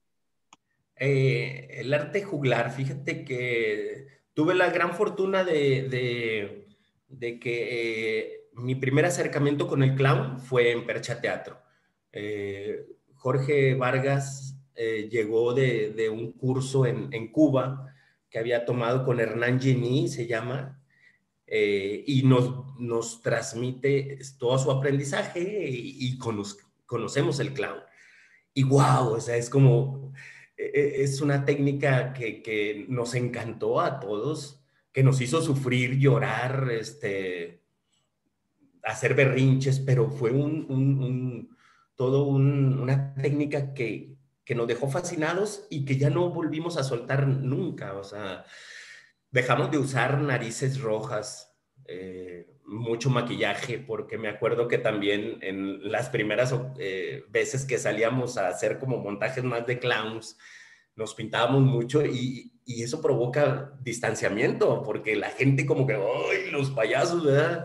Eh, el arte juglar, fíjate que tuve la gran fortuna de, de, de que eh, mi primer acercamiento con el clown fue en Percha Teatro. Eh, Jorge Vargas eh, llegó de, de un curso en, en Cuba que había tomado con Hernán Gení, se llama, eh, y nos, nos transmite todo su aprendizaje y, y cono conocemos el clown. Y wow, o sea, es como, es una técnica que, que nos encantó a todos, que nos hizo sufrir, llorar, este, hacer berrinches, pero fue un, un, un, todo un, una técnica que, que nos dejó fascinados y que ya no volvimos a soltar nunca. O sea, dejamos de usar narices rojas, eh, mucho maquillaje, porque me acuerdo que también en las primeras eh, veces que salíamos a hacer como montajes más de clowns, nos pintábamos mucho y, y eso provoca distanciamiento, porque la gente como que, ¡ay, los payasos!, ¿verdad?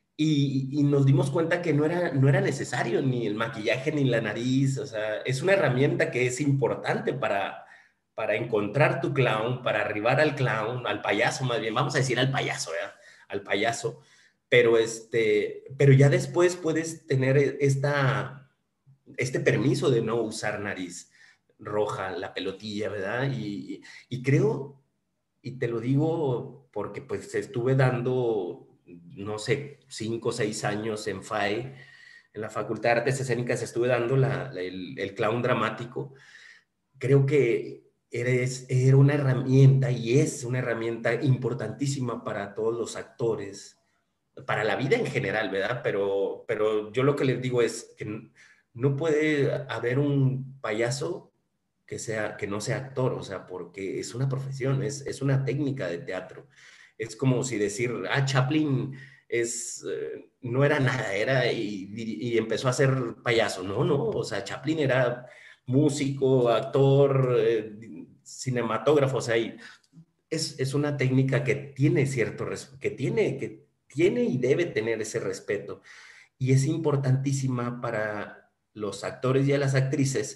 Y, y nos dimos cuenta que no era, no era necesario ni el maquillaje ni la nariz. O sea, es una herramienta que es importante para, para encontrar tu clown, para arribar al clown, al payaso más bien, vamos a decir al payaso, ¿verdad? Al payaso, pero, este, pero ya después puedes tener esta, este permiso de no usar nariz roja, la pelotilla, ¿verdad? Y, y creo, y te lo digo porque pues estuve dando, no sé, cinco o seis años en F A E, en la Facultad de Artes Escénicas, estuve dando la, la, el, el clown dramático. Creo que eres, era una herramienta y es una herramienta importantísima para todos los actores, para la vida en general, ¿verdad? Pero, pero yo lo que les digo es que no puede haber un payaso que, sea, que no sea actor, o sea, porque es una profesión, es, es una técnica de teatro. Es como si decir, ah, Chaplin es, eh, no era nada, era y, y, y empezó a ser payaso. No, no, o sea, Chaplin era músico, actor, eh, cinematógrafo, o sea, y es, es una técnica que tiene cierto, que tiene, que tiene y debe tener ese respeto. Y es importantísima para los actores y a las actrices,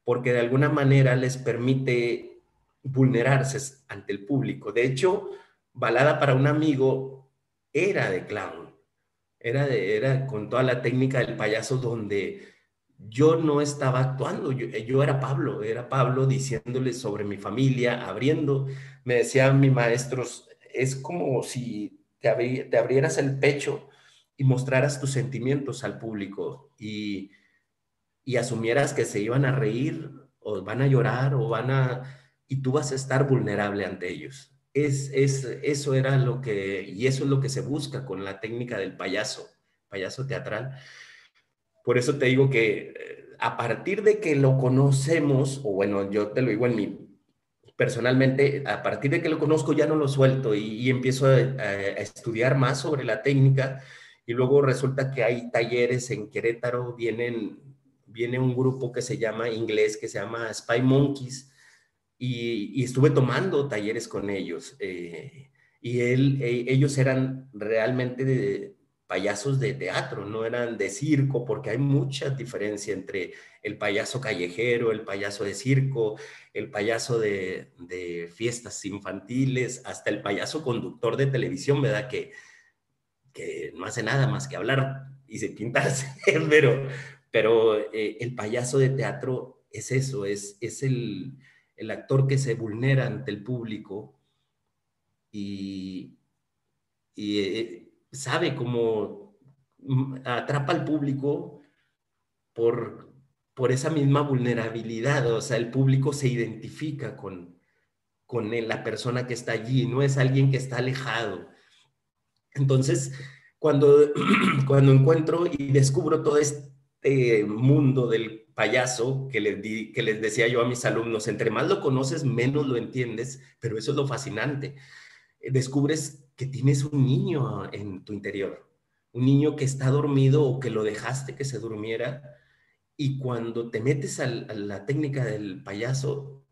porque de alguna manera les permite vulnerarse ante el público. De hecho, Balada para un amigo era de clown, era, de, era con toda la técnica del payaso, donde yo no estaba actuando, yo, yo era Pablo, era Pablo diciéndole sobre mi familia, abriendo, me decían mis maestros, es como si te, abri, te abrieras el pecho y mostraras tus sentimientos al público y, y asumieras que se iban a reír o van a llorar o van a... y tú vas a estar vulnerable ante ellos. Es, es, eso era lo que, y eso es lo que se busca con la técnica del payaso, payaso teatral. Por eso te digo que a partir de que lo conocemos, o bueno, yo te lo digo en mi, personalmente, a partir de que lo conozco ya no lo suelto y, y empiezo a, a estudiar más sobre la técnica, y luego resulta que hay talleres en Querétaro, vienen, viene un grupo que se llama inglés, que se llama Spy Monkeys, y, y estuve tomando talleres con ellos, eh, y él, eh, ellos eran realmente de, payasos de teatro, no eran de circo, porque hay mucha diferencia entre el payaso callejero, el payaso de circo, el payaso de, de fiestas infantiles, hasta el payaso conductor de televisión, ¿verdad? Que, que no hace nada más que hablar y se pintarse, pero, pero eh, el payaso de teatro es eso, es, es el, el actor que se vulnera ante el público y, y eh, sabe cómo atrapa al público por, por esa misma vulnerabilidad. O sea, el público se identifica con, con la persona que está allí, no es alguien que está alejado. Entonces, cuando, cuando encuentro y descubro todo este mundo del payaso que les, di, que les decía yo a mis alumnos, entre más lo conoces, menos lo entiendes, pero eso es lo fascinante. Descubres que tienes un niño en tu interior, un niño que está dormido o que lo dejaste que se durmiera, y cuando te metes al, a la técnica del payaso,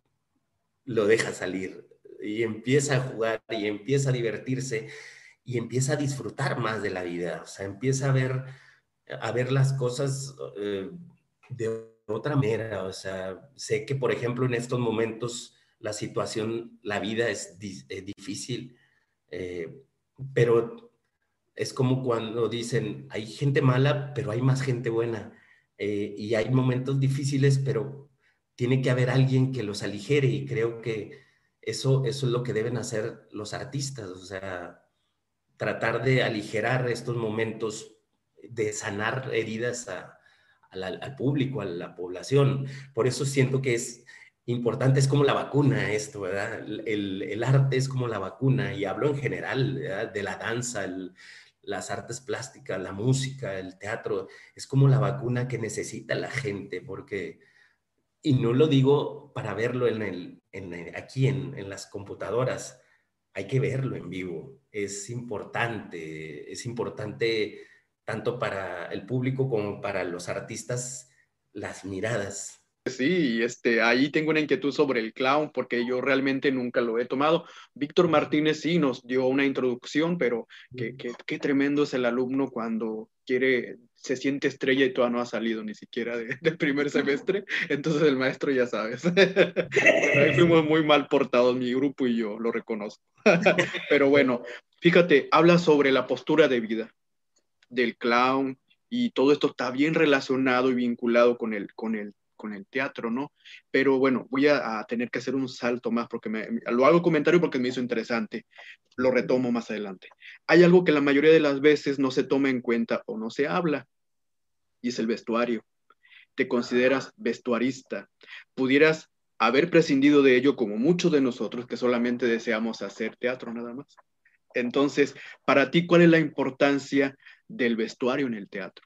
lo dejas salir y empieza a jugar y empieza a divertirse y empieza a disfrutar más de la vida. O sea, empieza a ver, a ver las cosas eh, de otra manera. O sea, sé que, por ejemplo, en estos momentos la situación, la vida es, di es difícil, eh, pero es como cuando dicen, hay gente mala, pero hay más gente buena, eh, y hay momentos difíciles, pero tiene que haber alguien que los aligere, y creo que eso, eso es lo que deben hacer los artistas, o sea, tratar de aligerar estos momentos, de sanar heridas a, a la, al público, a la población. Por eso siento que es importante, es como la vacuna esto, ¿verdad? El, el arte es como la vacuna, y hablo en general, ¿verdad? De la danza, el, las artes plásticas, la música, el teatro, es como la vacuna que necesita la gente, porque, y no lo digo para verlo en el, en el, aquí en, en las computadoras, hay que verlo en vivo, es importante, es importante tanto para el público como para los artistas, las miradas. Sí, este, ahí tengo una inquietud sobre el clown, porque yo realmente nunca lo he tomado. Víctor Martínez sí nos dio una introducción, pero qué, qué, qué tremendo es el alumno cuando quiere, se siente estrella y todavía no ha salido ni siquiera de, del primer semestre. Entonces el maestro ya sabes. Ahí fuimos muy mal portados, mi grupo y yo, lo reconozco. Pero bueno, fíjate, habla sobre la postura de vida del clown, y todo esto está bien relacionado y vinculado con el, con el con el teatro, ¿no? Pero bueno, voy a, a tener que hacer un salto más, porque me, lo hago comentario porque me hizo interesante, lo retomo más adelante. Hay algo que la mayoría de las veces no se toma en cuenta o no se habla, y es el vestuario. Te consideras vestuarista, pudieras haber prescindido de ello como muchos de nosotros que solamente deseamos hacer teatro nada más. Entonces, para ti, ¿cuál es la importancia del vestuario en el teatro?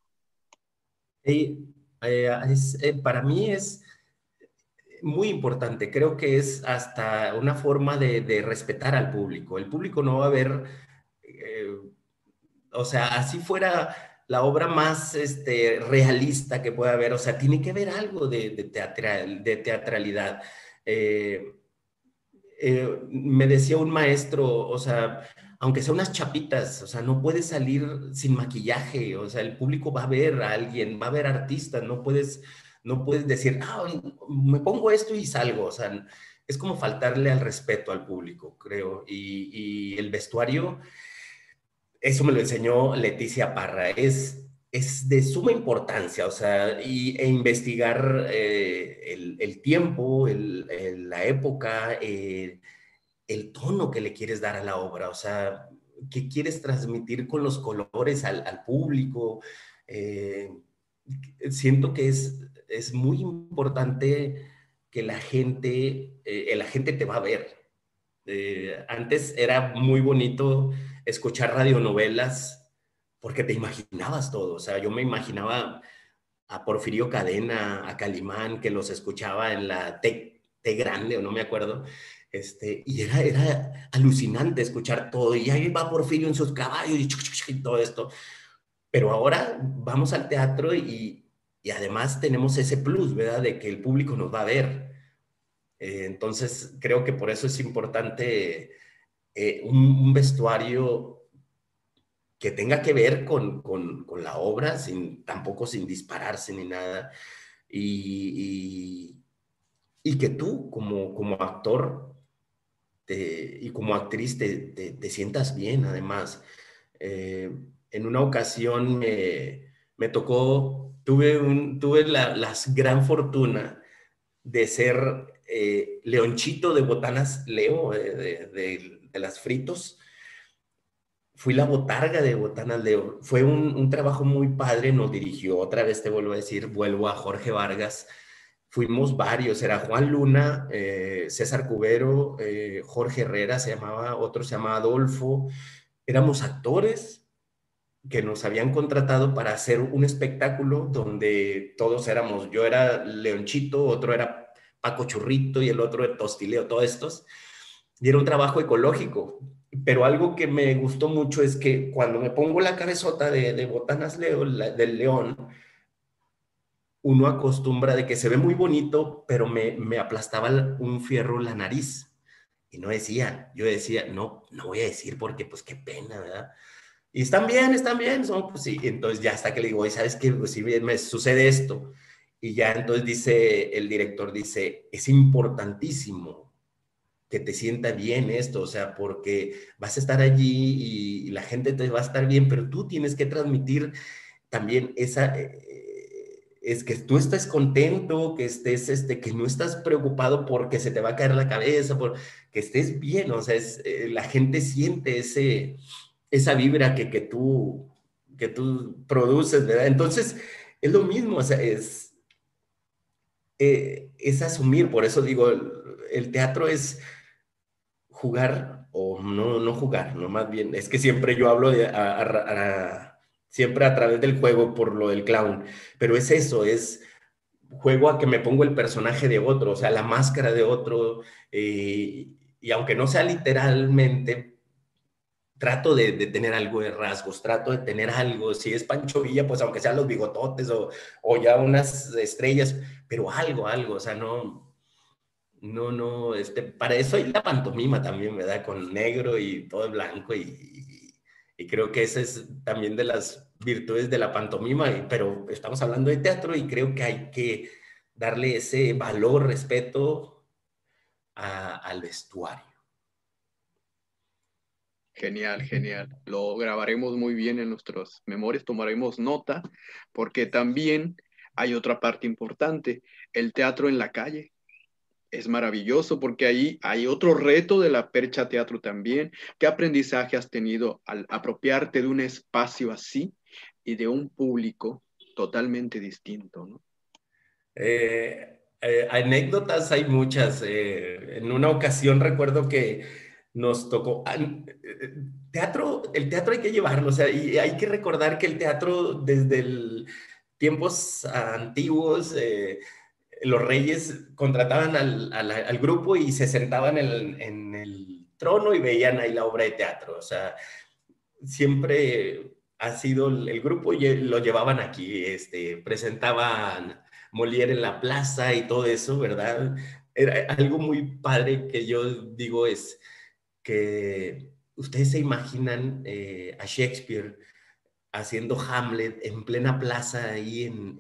Sí. Eh, es, eh, para mí es muy importante, creo que es hasta una forma de, de respetar al público. El público no va a ver, eh, o sea, así fuera la obra más este, realista que pueda haber, o sea, tiene que haber algo de, de, teatral, de teatralidad. Eh, eh, me decía un maestro, o sea, aunque sea unas chapitas, o sea, no puedes salir sin maquillaje, o sea, el público va a ver a alguien, va a ver artistas, no puedes, no puedes decir, ah, me pongo esto y salgo, o sea, es como faltarle al respeto al público, creo, y, y el vestuario, eso me lo enseñó Leticia Parra, es, es de suma importancia, o sea, y, e investigar eh, el, el tiempo, el, el, la época, eh, el tono que le quieres dar a la obra, o sea, qué quieres transmitir con los colores al, al público. Eh, siento que es, es muy importante que la gente, eh, la gente te va a ver. Eh, antes era muy bonito escuchar radionovelas porque te imaginabas todo, o sea, yo me imaginaba a Porfirio Cadena, a Calimán, que los escuchaba en la T, T grande, o no me acuerdo, este, y era, era alucinante escuchar todo, y ahí va Porfirio en sus caballos, y, y todo esto, pero ahora vamos al teatro y, y además tenemos ese plus, ¿verdad?, de que el público nos va a ver. Eh, entonces, creo que por eso es importante eh, un, un vestuario que tenga que ver con, con, con la obra, sin, tampoco sin dispararse ni nada, y, y, y que tú como, como actor te, y como actriz te, te, te sientas bien, además. Eh, en una ocasión me, me tocó, tuve, un, tuve la, la gran fortuna de ser eh, Leonchito de Botanas Leo, eh, de, de, de las Fritos. Fui la botarga de Botanas Leo. Fue un, un trabajo muy padre, nos dirigió, otra vez te vuelvo a decir, vuelvo a Jorge Vargas. Fuimos varios, era Juan Luna, eh, César Cubero, eh, Jorge Herrera se llamaba, otro se llamaba Adolfo. Éramos actores que nos habían contratado para hacer un espectáculo donde todos éramos, yo era Leonchito, otro era Paco Churrito y el otro era Tostileo, todos estos. Y era un trabajo ecológico. Pero algo que me gustó mucho es que cuando me pongo la cabezota de, de Botanas Leo, la, del león, uno acostumbra de que se ve muy bonito, pero me, me aplastaba un fierro la nariz. Y no decía, yo decía, no, no voy a decir porque pues qué pena, ¿verdad? Y están bien, están bien, son, pues sí. Entonces ya hasta que le digo, ¿sabes qué? Pues sí, me sucede esto. Y ya entonces dice, el director dice, es importantísimo que te sienta bien esto, o sea, porque vas a estar allí y la gente te va a estar bien, pero tú tienes que transmitir también esa, eh, es que tú estés contento, que estés, este, que no estás preocupado porque se te va a caer la cabeza, por, que estés bien, o sea, es, eh, la gente siente ese, esa vibra que, que, tú, que tú produces, ¿verdad? Entonces, es lo mismo, o sea, es, eh, es asumir, por eso digo, el, el teatro es jugar, o no, no jugar, no, más bien, es que siempre yo hablo de, a, a, a, siempre a través del juego por lo del clown, pero es eso, es juego a que me pongo el personaje de otro, o sea, la máscara de otro, eh, y aunque no sea literalmente, trato de, de tener algo de rasgos, trato de tener algo, si es Pancho Villa, pues aunque sean los bigototes o, o ya unas estrellas, pero algo, algo, o sea, no... No, no, este, para eso hay la pantomima también, ¿verdad? Con negro y todo blanco y, y, y creo que esa es también de las virtudes de la pantomima, y, pero estamos hablando de teatro y creo que hay que darle ese valor, respeto a, al vestuario. Genial, genial. Lo grabaremos muy bien en nuestras memorias, tomaremos nota, porque también hay otra parte importante, el teatro en la calle. Es maravilloso porque ahí hay otro reto de la Percha Teatro también. ¿Qué aprendizaje has tenido al apropiarte de un espacio así y de un público totalmente distinto, ¿no? Eh, eh, anécdotas hay muchas. Eh, en una ocasión recuerdo que nos tocó... Eh, teatro, el teatro hay que llevarlo, o sea, y hay que recordar que el teatro desde el, tiempos antiguos... Eh, los reyes contrataban al, al, al grupo y se sentaban en el, en el trono y veían ahí la obra de teatro. O sea, siempre ha sido el, el grupo y lo llevaban aquí, este, presentaban Molière en la plaza y todo eso, ¿verdad? Era algo muy padre que yo digo es que ustedes se imaginan eh, a Shakespeare haciendo Hamlet en plena plaza ahí en, en,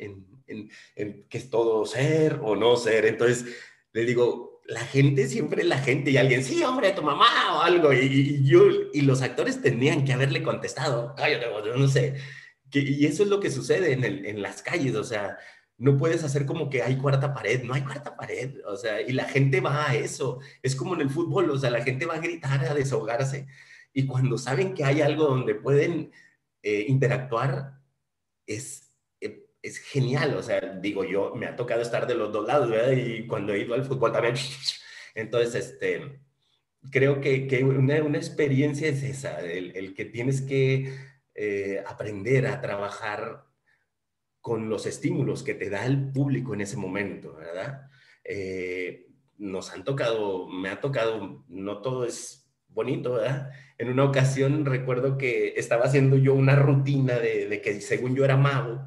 en, en qué es todo ser o no ser. Entonces, le digo, la gente siempre es la gente y alguien, sí, hombre, tu mamá o algo. Y, y yo, y los actores tenían que haberle contestado, cállate, yo no sé. Que, y eso es lo que sucede en, el, en las calles, o sea, no puedes hacer como que hay cuarta pared, no hay cuarta pared, o sea, y la gente va a eso. Es como en el fútbol, o sea, la gente va a gritar, a desahogarse. Y cuando saben que hay algo donde pueden eh, interactuar, es, eh, es genial. O sea, digo yo, me ha tocado estar de los dos lados, ¿verdad? Y cuando he ido al fútbol también. Entonces, este, creo que, que una, una experiencia es esa, el, el que tienes que eh, aprender a trabajar con los estímulos que te da el público en ese momento, ¿verdad? Eh, nos han tocado, me ha tocado, no todo es bonito, ¿verdad? En una ocasión recuerdo que estaba haciendo yo una rutina de, de que según yo era mago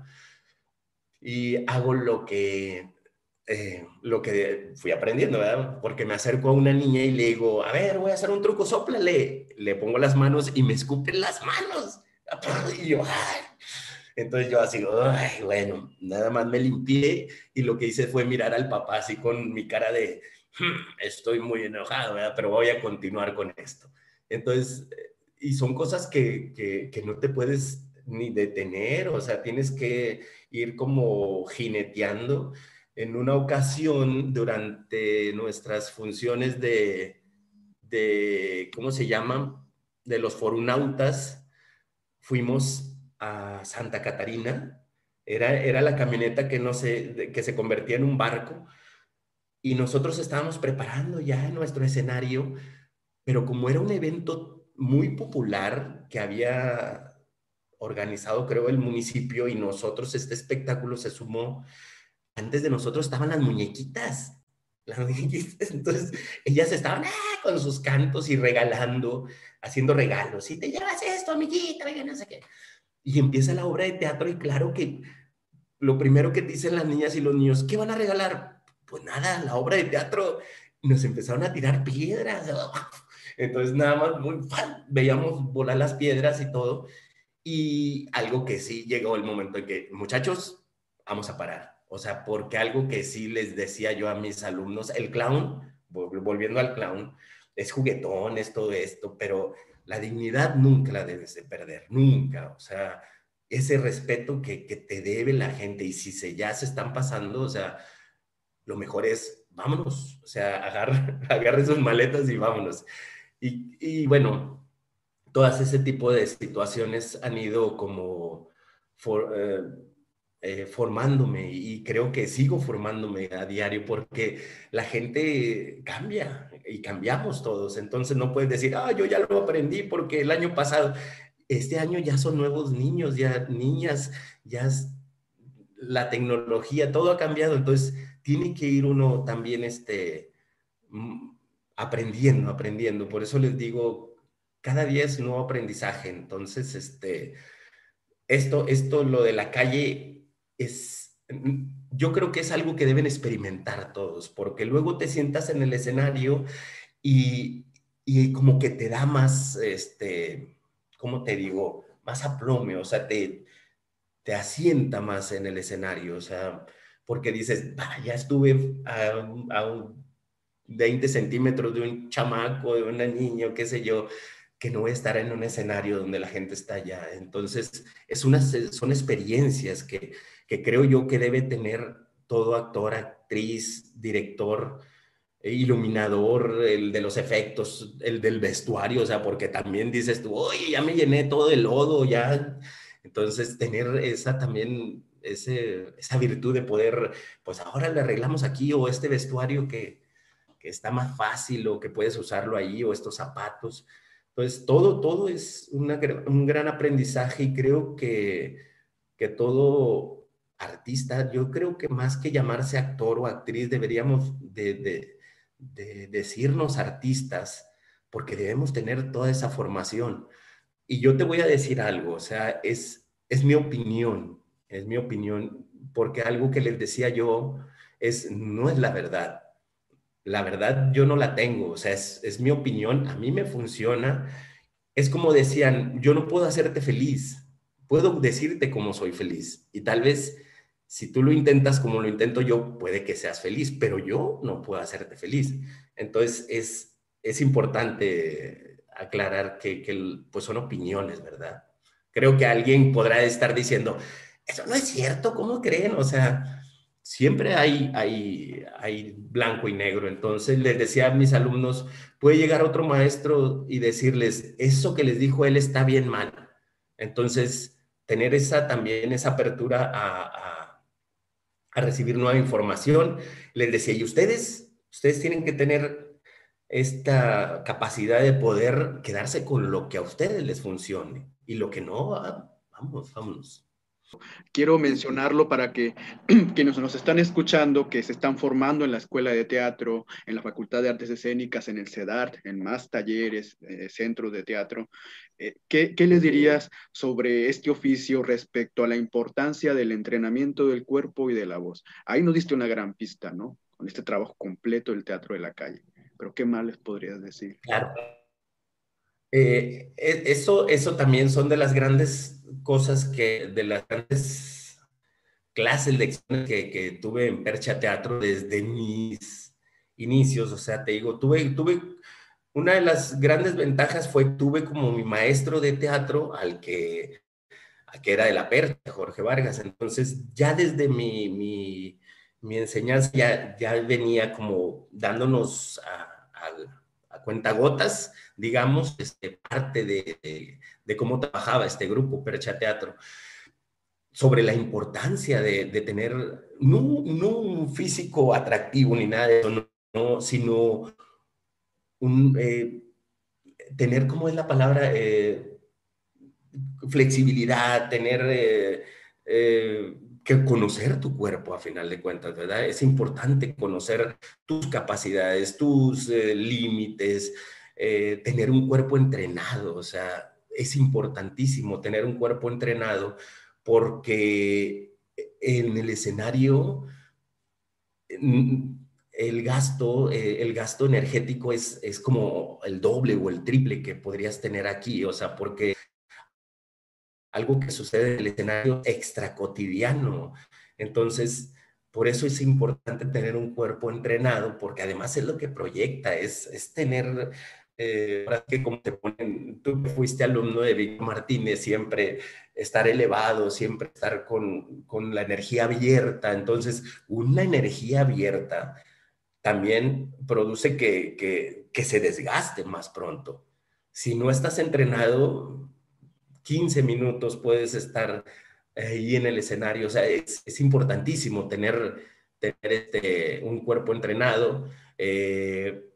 y hago lo que, eh, lo que fui aprendiendo, ¿verdad? Porque me acerco a una niña y le digo, a ver, voy a hacer un truco, sóplale. Le pongo las manos y me escupen las manos. Y yo, ay. Entonces yo así, ay, bueno, nada más me limpié y lo que hice fue mirar al papá así con mi cara de, hm, estoy muy enojado, ¿verdad? Pero voy a continuar con esto. Entonces, y son cosas que, que, que no te puedes ni detener, o sea, tienes que ir como jineteando. En una ocasión, durante nuestras funciones de, de ¿cómo se llaman? De los forunautas, fuimos a Santa Catarina. Era, era la camioneta que, no se, que se convertía en un barco y nosotros estábamos preparando ya nuestro escenario, pero como era un evento muy popular que había organizado, creo, el municipio y nosotros, este espectáculo se sumó, antes de nosotros estaban las muñequitas, las muñequitas, entonces ellas estaban ah, con sus cantos y regalando, haciendo regalos, y te llevas esto, amiguita, venga, no sé qué. Y empieza la obra de teatro y claro que lo primero que dicen las niñas y los niños, ¿qué van a regalar? Pues nada, la obra de teatro. Y nos empezaron a tirar piedras. Entonces nada más muy, veíamos volar las piedras y todo. Y algo que sí llegó el momento en que, muchachos, vamos a parar. O sea, porque algo que sí les decía yo a mis alumnos, el clown, volviendo al clown, es juguetón, es todo esto, pero la dignidad nunca la debes de perder, nunca. O sea, ese respeto que, que te debe la gente y si se, ya se están pasando, o sea, lo mejor es, vámonos, o sea, agarre, agarre sus maletas y vámonos. Y, y bueno, todas ese tipo de situaciones han ido como for, eh, eh, formándome y creo que sigo formándome a diario porque la gente cambia y cambiamos todos. Entonces no puedes decir, ah, yo ya lo aprendí porque el año pasado, este año ya son nuevos niños, ya niñas, ya es, la tecnología, todo ha cambiado. Entonces tiene que ir uno también este, aprendiendo, aprendiendo. Por eso les digo, cada día es nuevo aprendizaje. Entonces, este, esto, esto, lo de la calle es, yo creo que es algo que deben experimentar todos, porque luego te sientas en el escenario y, y como que te da más, este, ¿cómo te digo? Más aplome, o sea, te, te asienta más en el escenario, o sea, porque dices, ah, ya estuve a, a veinte centímetros de un chamaco, de una niña, qué sé yo, que no voy a estar en un escenario donde la gente está allá. Entonces, es una, son experiencias que, que creo yo que debe tener todo actor, actriz, director, iluminador, el de los efectos, el del vestuario, o sea, porque también dices tú, oye, ya me llené todo de lodo, ya. Entonces, tener esa también, ese, esa virtud de poder, pues ahora le arreglamos aquí, o este vestuario que, que está más fácil, o que puedes usarlo ahí, o estos zapatos. Entonces, todo, todo es una, un gran aprendizaje y creo que, que todo artista, yo creo que más que llamarse actor o actriz, deberíamos de, de, de decirnos artistas, porque debemos tener toda esa formación. Y yo te voy a decir algo, o sea, es, es mi opinión, es mi opinión, porque algo que les decía yo es, no es la verdad. La verdad yo no la tengo, o sea, es, es mi opinión, a mí me funciona. Es como decían, yo no puedo hacerte feliz, puedo decirte cómo soy feliz. Y tal vez si tú lo intentas como lo intento yo, puede que seas feliz, pero yo no puedo hacerte feliz. Entonces es, es importante aclarar que, que pues son opiniones, ¿verdad? Creo que alguien podrá estar diciendo, eso no es cierto, ¿cómo creen? O sea, siempre hay, hay, hay blanco y negro. Entonces les decía a mis alumnos, puede llegar otro maestro y decirles, eso que les dijo él está bien mal. Entonces, tener esa también, esa apertura a, a, a recibir nueva información. Les decía, y ustedes, ustedes tienen que tener esta capacidad de poder quedarse con lo que a ustedes les funcione y lo que no, vamos, vámonos. Quiero mencionarlo para que quienes nos están escuchando, que se están formando en la Escuela de Teatro, en la Facultad de Artes Escénicas, en el CEDART, en más talleres, eh, centros de teatro, eh, ¿qué, ¿qué les dirías sobre este oficio respecto a la importancia del entrenamiento del cuerpo y de la voz? Ahí nos diste una gran pista, ¿no? Con este trabajo completo del teatro de la calle. Pero ¿qué más les podrías decir? Claro. Eh, eso, eso también son de las grandes cosas que, de las grandes clases, lecciones que, que tuve en Percha Teatro desde mis inicios. O sea, te digo, tuve, tuve, una de las grandes ventajas fue, tuve como mi maestro de teatro al que, al que era de la Percha, Jorge Vargas. Entonces, ya desde mi, mi, mi enseñanza ya, ya venía como dándonos a, a a cuentagotas, digamos, este, parte de, de, de cómo trabajaba este grupo Percha Teatro, sobre la importancia de, de tener no, no un físico atractivo ni nada de eso, no, no, sino un, eh, tener, ¿cómo es la palabra? Eh, flexibilidad, tener... Eh, eh, que conocer tu cuerpo a final de cuentas, ¿verdad? Es importante conocer tus capacidades, tus eh, límites, eh, tener un cuerpo entrenado, o sea, es importantísimo tener un cuerpo entrenado porque en el escenario el gasto, eh, el gasto energético es, es como el doble o el triple que podrías tener aquí, o sea, porque algo que sucede en el escenario extra cotidiano. Entonces, por eso es importante tener un cuerpo entrenado, porque además es lo que proyecta, es, es tener, eh, ahora que como te ponen, tú fuiste alumno de Víctor Martínez, siempre estar elevado, siempre estar con, con la energía abierta. Entonces, una energía abierta también produce que, que, que se desgaste más pronto. Si no estás entrenado, quince minutos puedes estar ahí en el escenario. O sea, es, es importantísimo tener, tener este, un cuerpo entrenado. Eh,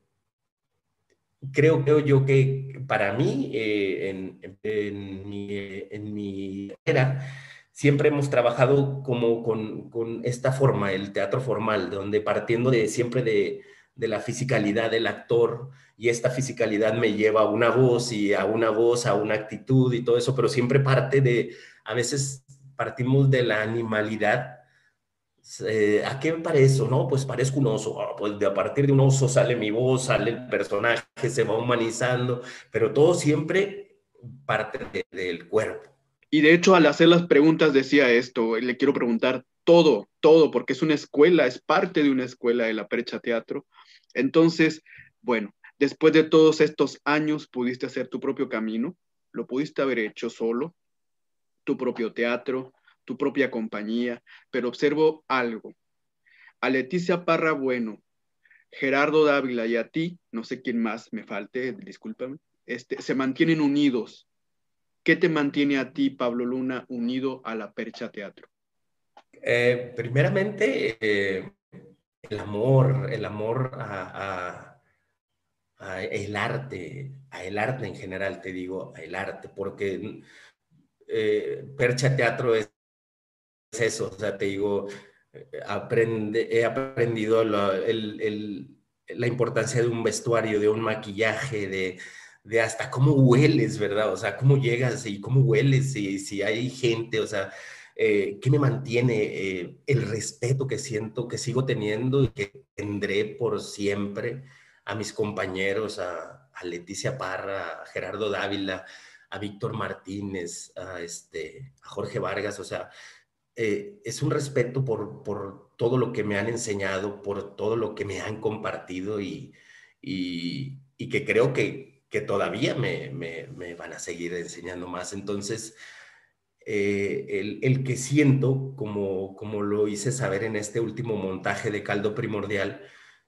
creo, creo yo que para mí, eh, en, en, mi, en mi carrera, siempre hemos trabajado como con, con esta forma, el teatro formal, donde partiendo de siempre de, de la fisicalidad del actor, y esta fisicalidad me lleva a una voz y a una voz, a una actitud y todo eso, pero siempre parte de, a veces partimos de la animalidad. Eh, ¿a qué me parezco? No, pues parezco un oso. Oh, pues de a partir de un oso sale mi voz, sale el personaje, se va humanizando, pero todo siempre parte de, del cuerpo. Y de hecho, al hacer las preguntas decía esto, le quiero preguntar todo, todo, porque es una escuela, es parte de una escuela de la Percha Teatro. Entonces, bueno, después de todos estos años pudiste hacer tu propio camino, lo pudiste haber hecho solo, tu propio teatro, tu propia compañía, pero observo algo. A Leticia Parra Bueno, Gerardo Dávila y a ti, no sé quién más me falte, discúlpame, este, se mantienen unidos. ¿Qué te mantiene a ti, Pablo Luna, unido a la Percha Teatro? Eh, primeramente, eh, el amor, el amor a, a, a el arte, a el arte en general, te digo, a el arte, porque eh, Percha Teatro es eso, o sea, te digo, aprende, he aprendido la, el, el, la importancia de un vestuario, de un maquillaje, de, de hasta cómo hueles, ¿verdad? O sea, cómo llegas y cómo hueles, y si hay gente, o sea, eh, ¿qué me mantiene? Eh, el respeto que siento, que sigo teniendo y que tendré por siempre a mis compañeros, a, a Leticia Parra, a Gerardo Dávila, a Víctor Martínez, a, este, a Jorge Vargas, o sea, eh, es un respeto por, por todo lo que me han enseñado, por todo lo que me han compartido y, y, y que creo que, que todavía me, me, me van a seguir enseñando más. Entonces, eh, el, el que siento, como, como lo hice saber en este último montaje de Caldo Primordial,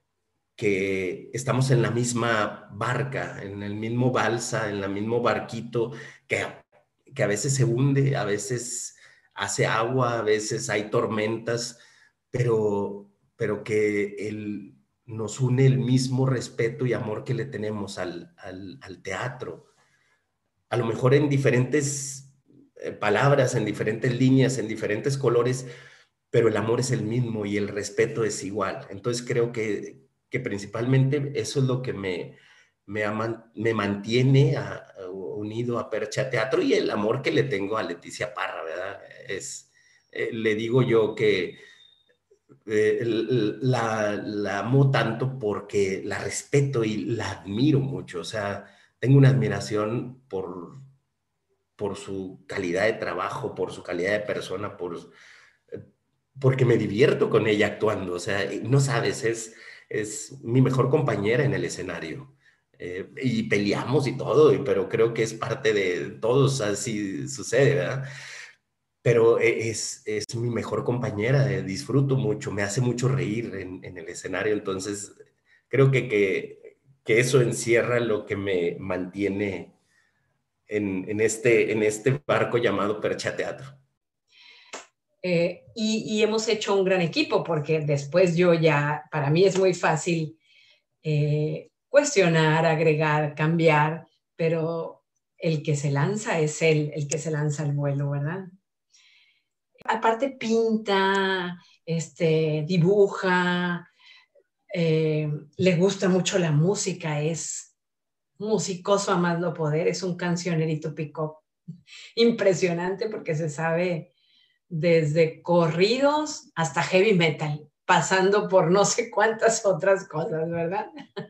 que estamos en la misma barca, en el mismo balsa, en el mismo barquito, que, que a veces se hunde, a veces hace agua, a veces hay tormentas, pero, pero que el, nos une el mismo respeto y amor que le tenemos al, al, al teatro. A lo mejor en diferentes eh, palabras, en diferentes líneas, en diferentes colores, pero el amor es el mismo y el respeto es igual. Entonces creo que, que principalmente eso es lo que me, me, ama, me mantiene a, a, unido a Percha Teatro, y el amor que le tengo a Leticia Parra, ¿verdad? Es, eh, le digo yo que eh, la, la amo tanto porque la respeto y la admiro mucho. O sea, tengo una admiración por, por su calidad de trabajo, por su calidad de persona, por, porque me divierto con ella actuando. O sea, no sabes, es, es mi mejor compañera en el escenario. Eh, y peleamos y todo, pero creo que es parte de todos, así sucede, ¿verdad? Pero es, es mi mejor compañera, eh, disfruto mucho, me hace mucho reír en, en el escenario. Entonces creo que, que, que eso encierra lo que me mantiene en, en, este, en este barco llamado Percha Teatro. Eh, y, y hemos hecho un gran equipo, porque después yo ya, para mí es muy fácil eh, cuestionar, agregar, cambiar, pero el que se lanza es él, el que se lanza al vuelo, ¿verdad? Aparte pinta, este, dibuja, eh, le gusta mucho la música, es musicoso a más no poder, es un cancionerito pick-up impresionante, porque se sabe desde corridos hasta heavy metal, pasando por no sé cuántas otras cosas, ¿verdad?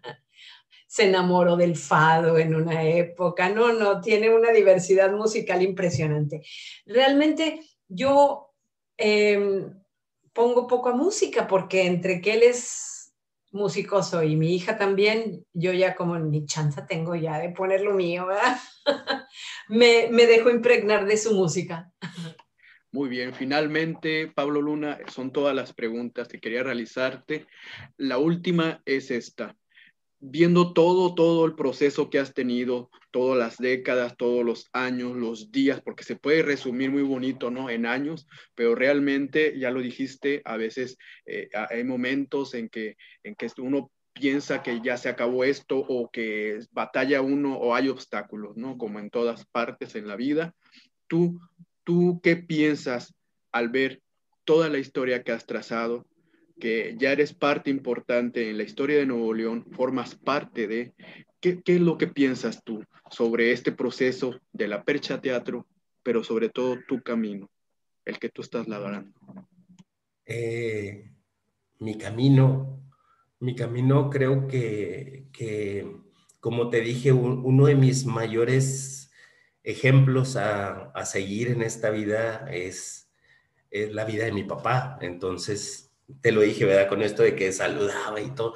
Se enamoró del fado en una época, no, no, tiene una diversidad musical impresionante. Realmente yo eh, pongo poca música, porque entre que él es musicoso y mi hija también, yo ya como ni chance tengo ya de poner lo mío, ¿verdad? me, me dejo impregnar de su música. Muy bien, finalmente, Pablo Luna, son todas las preguntas que quería realizarte. La última es esta. Viendo todo, todo el proceso que has tenido, todas las décadas, todos los años, los días, porque se puede resumir muy bonito, ¿no? En años, pero realmente, ya lo dijiste, a veces eh, hay momentos en que, en que uno piensa que ya se acabó esto, o que batalla uno, o hay obstáculos, ¿no? Como en todas partes en la vida. Tú, ¿Tú qué piensas al ver toda la historia que has trazado, que ya eres parte importante en la historia de Nuevo León, formas parte de, ¿qué, qué es lo que piensas tú sobre este proceso de la Percha Teatro, pero sobre todo tu camino, el que tú estás labrando? Eh, mi camino, mi camino creo que, que como te dije, un, uno de mis mayores ejemplos a, a seguir en esta vida es, es la vida de mi papá. Entonces, te lo dije, ¿verdad? Con esto de que saludaba y todo.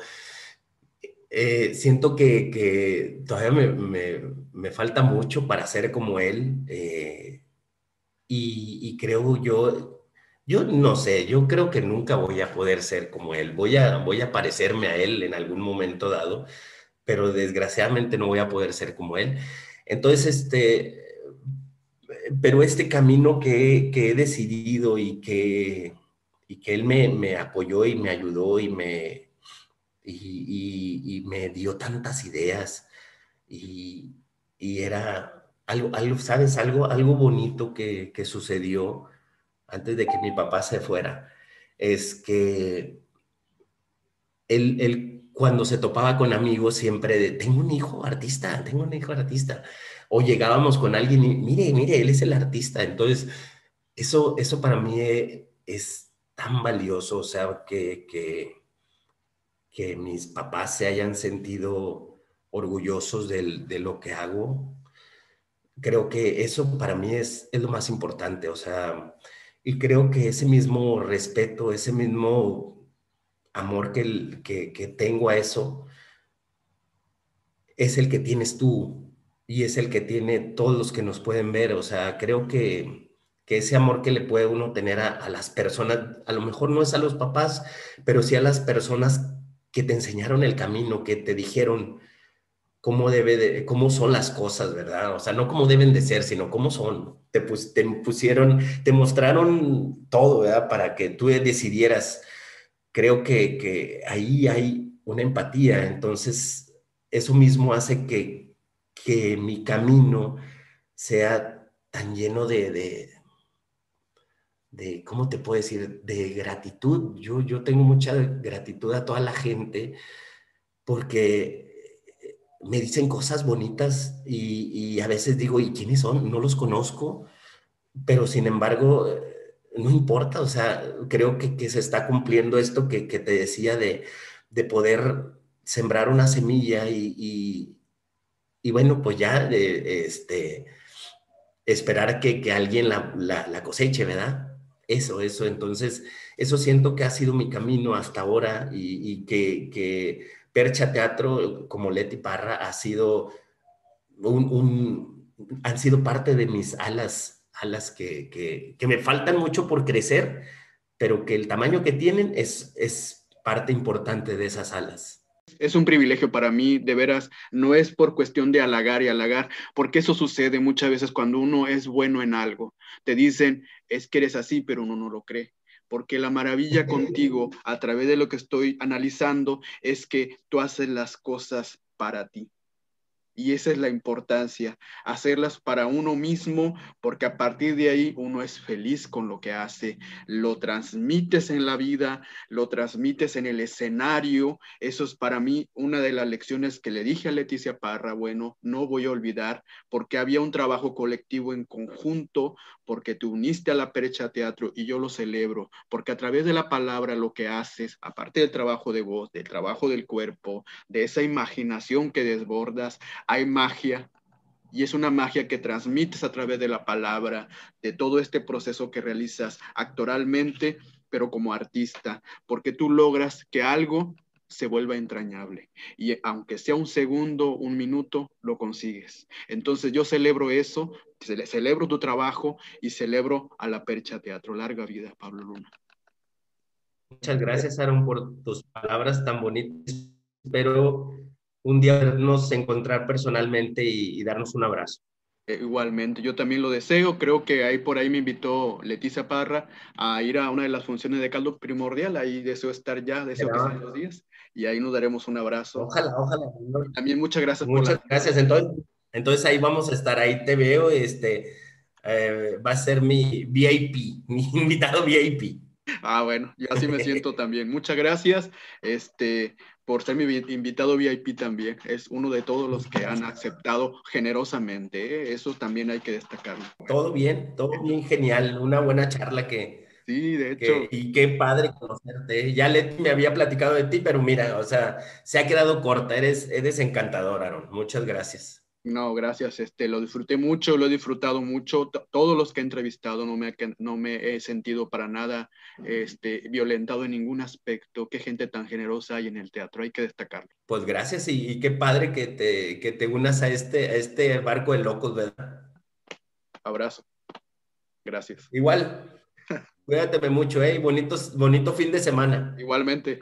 Eh, siento que, que todavía me, me, me falta mucho para ser como él. Eh, y, y creo yo, yo no sé, yo creo que nunca voy a poder ser como él. Voy a, voy a parecerme a él en algún momento dado, pero desgraciadamente no voy a poder ser como él. Entonces, este, pero este camino que, que he decidido y que, y que él me, me apoyó y me ayudó y me, y, y, y me dio tantas ideas, y, y era algo, algo, ¿sabes? Algo, algo bonito que, que sucedió antes de que mi papá se fuera, es que él, él cuando se topaba con amigos siempre de, tengo un hijo artista, tengo un hijo artista. O llegábamos con alguien y, mire, mire, él es el artista. Entonces, eso, eso para mí es tan valioso, o sea, que, que, que mis papás se hayan sentido orgullosos de, de lo que hago. Creo que eso para mí es, es lo más importante, o sea, y creo que ese mismo respeto, ese mismo amor que, que, que tengo a eso, es el que tienes tú y es el que tiene todos los que nos pueden ver. O sea, creo que, que ese amor que le puede uno tener a, a las personas, a lo mejor no es a los papás, pero sí a las personas que te enseñaron el camino, que te dijeron cómo, debe de, cómo son las cosas, ¿verdad? O sea, no cómo deben de ser, sino cómo son. Te, pus, te pusieron, te mostraron todo, ¿verdad? Para que tú decidieras. Creo que, que ahí hay una empatía. Entonces, eso mismo hace que, que mi camino sea tan lleno de, de, de, ¿cómo te puedo decir? De gratitud. Yo, yo tengo mucha gratitud a toda la gente porque me dicen cosas bonitas y, y a veces digo, ¿y quiénes son? No los conozco, pero sin embargo, no importa. O sea, creo que, que se está cumpliendo esto que, que te decía de, de poder sembrar una semilla y, y, y bueno, pues ya de, este, esperar que, que alguien la, la, la coseche, ¿verdad? Eso, eso. Entonces, eso siento que ha sido mi camino hasta ahora y, y que... que Percha Teatro, como Leti Parra, ha sido un, un, han sido parte de mis alas, alas que, que, que me faltan mucho por crecer, pero que el tamaño que tienen es, es parte importante de esas alas. Es un privilegio para mí, de veras, no es por cuestión de halagar y halagar, porque eso sucede muchas veces cuando uno es bueno en algo. Te dicen, es que eres así, pero uno no lo cree. Porque la maravilla contigo, a través de lo que estoy analizando, es que tú haces las cosas para ti. Y esa es la importancia, hacerlas para uno mismo, porque a partir de ahí uno es feliz con lo que hace, lo transmites en la vida, lo transmites en el escenario. Eso es para mí una de las lecciones que le dije a Leticia Parra. Bueno, no voy a olvidar, porque había un trabajo colectivo en conjunto, porque te uniste a la Percha Teatro y yo lo celebro, porque a través de la palabra lo que haces, aparte del trabajo de voz, del trabajo del cuerpo, de esa imaginación que desbordas, hay magia, y es una magia que transmites a través de la palabra, de todo este proceso que realizas actoralmente, pero como artista, porque tú logras que algo se vuelva entrañable, y aunque sea un segundo, un minuto, lo consigues. Entonces yo celebro eso, celebro tu trabajo y celebro a la Percha Teatro. Larga vida, Pablo Luna. Muchas gracias, Aaron, por tus palabras tan bonitas. Espero un día vernos encontrar personalmente y, y darnos un abrazo. Eh, igualmente, yo también lo deseo. Creo que ahí por ahí me invitó Leticia Parra a ir a una de las funciones de Caldo Primordial. Ahí deseo estar ya, deseo que sean los días. Y ahí nos daremos un abrazo. Ojalá, ojalá. También muchas gracias. Muchas por la... gracias. Entonces, entonces ahí vamos a estar, ahí te veo. Este, eh, va a ser mi V I P, mi invitado V I P. Ah, bueno, yo así me siento también. Muchas gracias este, por ser mi invitado V I P también. Es uno de todos los que han aceptado generosamente, ¿eh? Eso también hay que destacarlo. Todo bien, todo bien, genial. Una buena charla que... Sí, de hecho. Que, y qué padre conocerte. Ya Leti me había platicado de ti, pero mira, o sea, se ha quedado corta. Eres, eres encantador, Aaron. Muchas gracias. No, gracias. Este, lo disfruté mucho, lo he disfrutado mucho. T- todos los que he entrevistado no me, no me he sentido para nada este, violentado en ningún aspecto. Qué gente tan generosa hay en el teatro, hay que destacarlo. Pues gracias y, y qué padre que te, que te unas a este, a este barco de locos, ¿verdad? Abrazo. Gracias. Igual. Cuídate mucho, ¿eh? Bonitos, bonito fin de semana. Igualmente.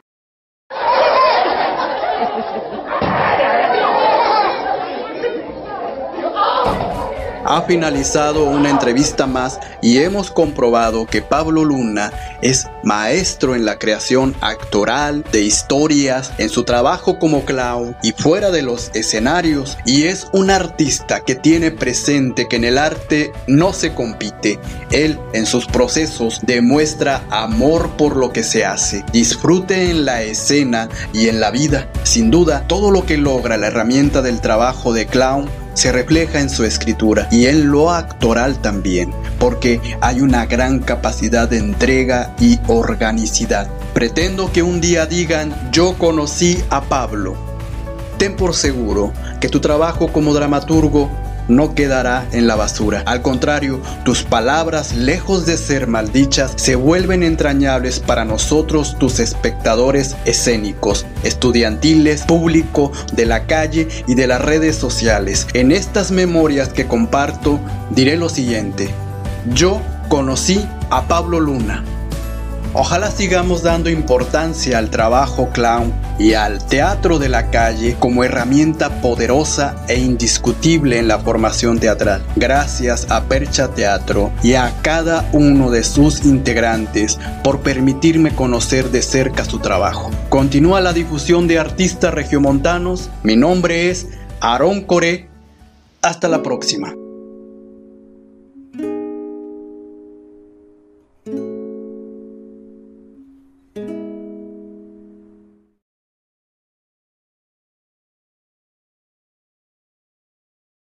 Ha finalizado una entrevista más y hemos comprobado que Pablo Luna es maestro en la creación actoral, de historias, en su trabajo como clown y fuera de los escenarios, y es un artista que tiene presente que en el arte no se compite. Él en sus procesos demuestra amor por lo que se hace, disfrute en la escena y en la vida. Sin duda, todo lo que logra la herramienta del trabajo de clown se refleja en su escritura y en lo actoral también, porque hay una gran capacidad de entrega y organicidad. Pretendo que un día digan: yo conocí a Pablo. Ten por seguro que tu trabajo como dramaturgo no quedará en la basura. Al contrario, tus palabras, lejos de ser maldichas, se vuelven entrañables para nosotros, tus espectadores escénicos, estudiantiles, público, de la calle y de las redes sociales. En estas memorias que comparto, diré lo siguiente: yo conocí a Pablo Luna. Ojalá sigamos dando importancia al trabajo clown y al teatro de la calle como herramienta poderosa e indiscutible en la formación teatral. Gracias a Percha Teatro y a cada uno de sus integrantes por permitirme conocer de cerca su trabajo. Continúa la difusión de artistas regiomontanos. Mi nombre es Aarón Coré. Hasta la próxima.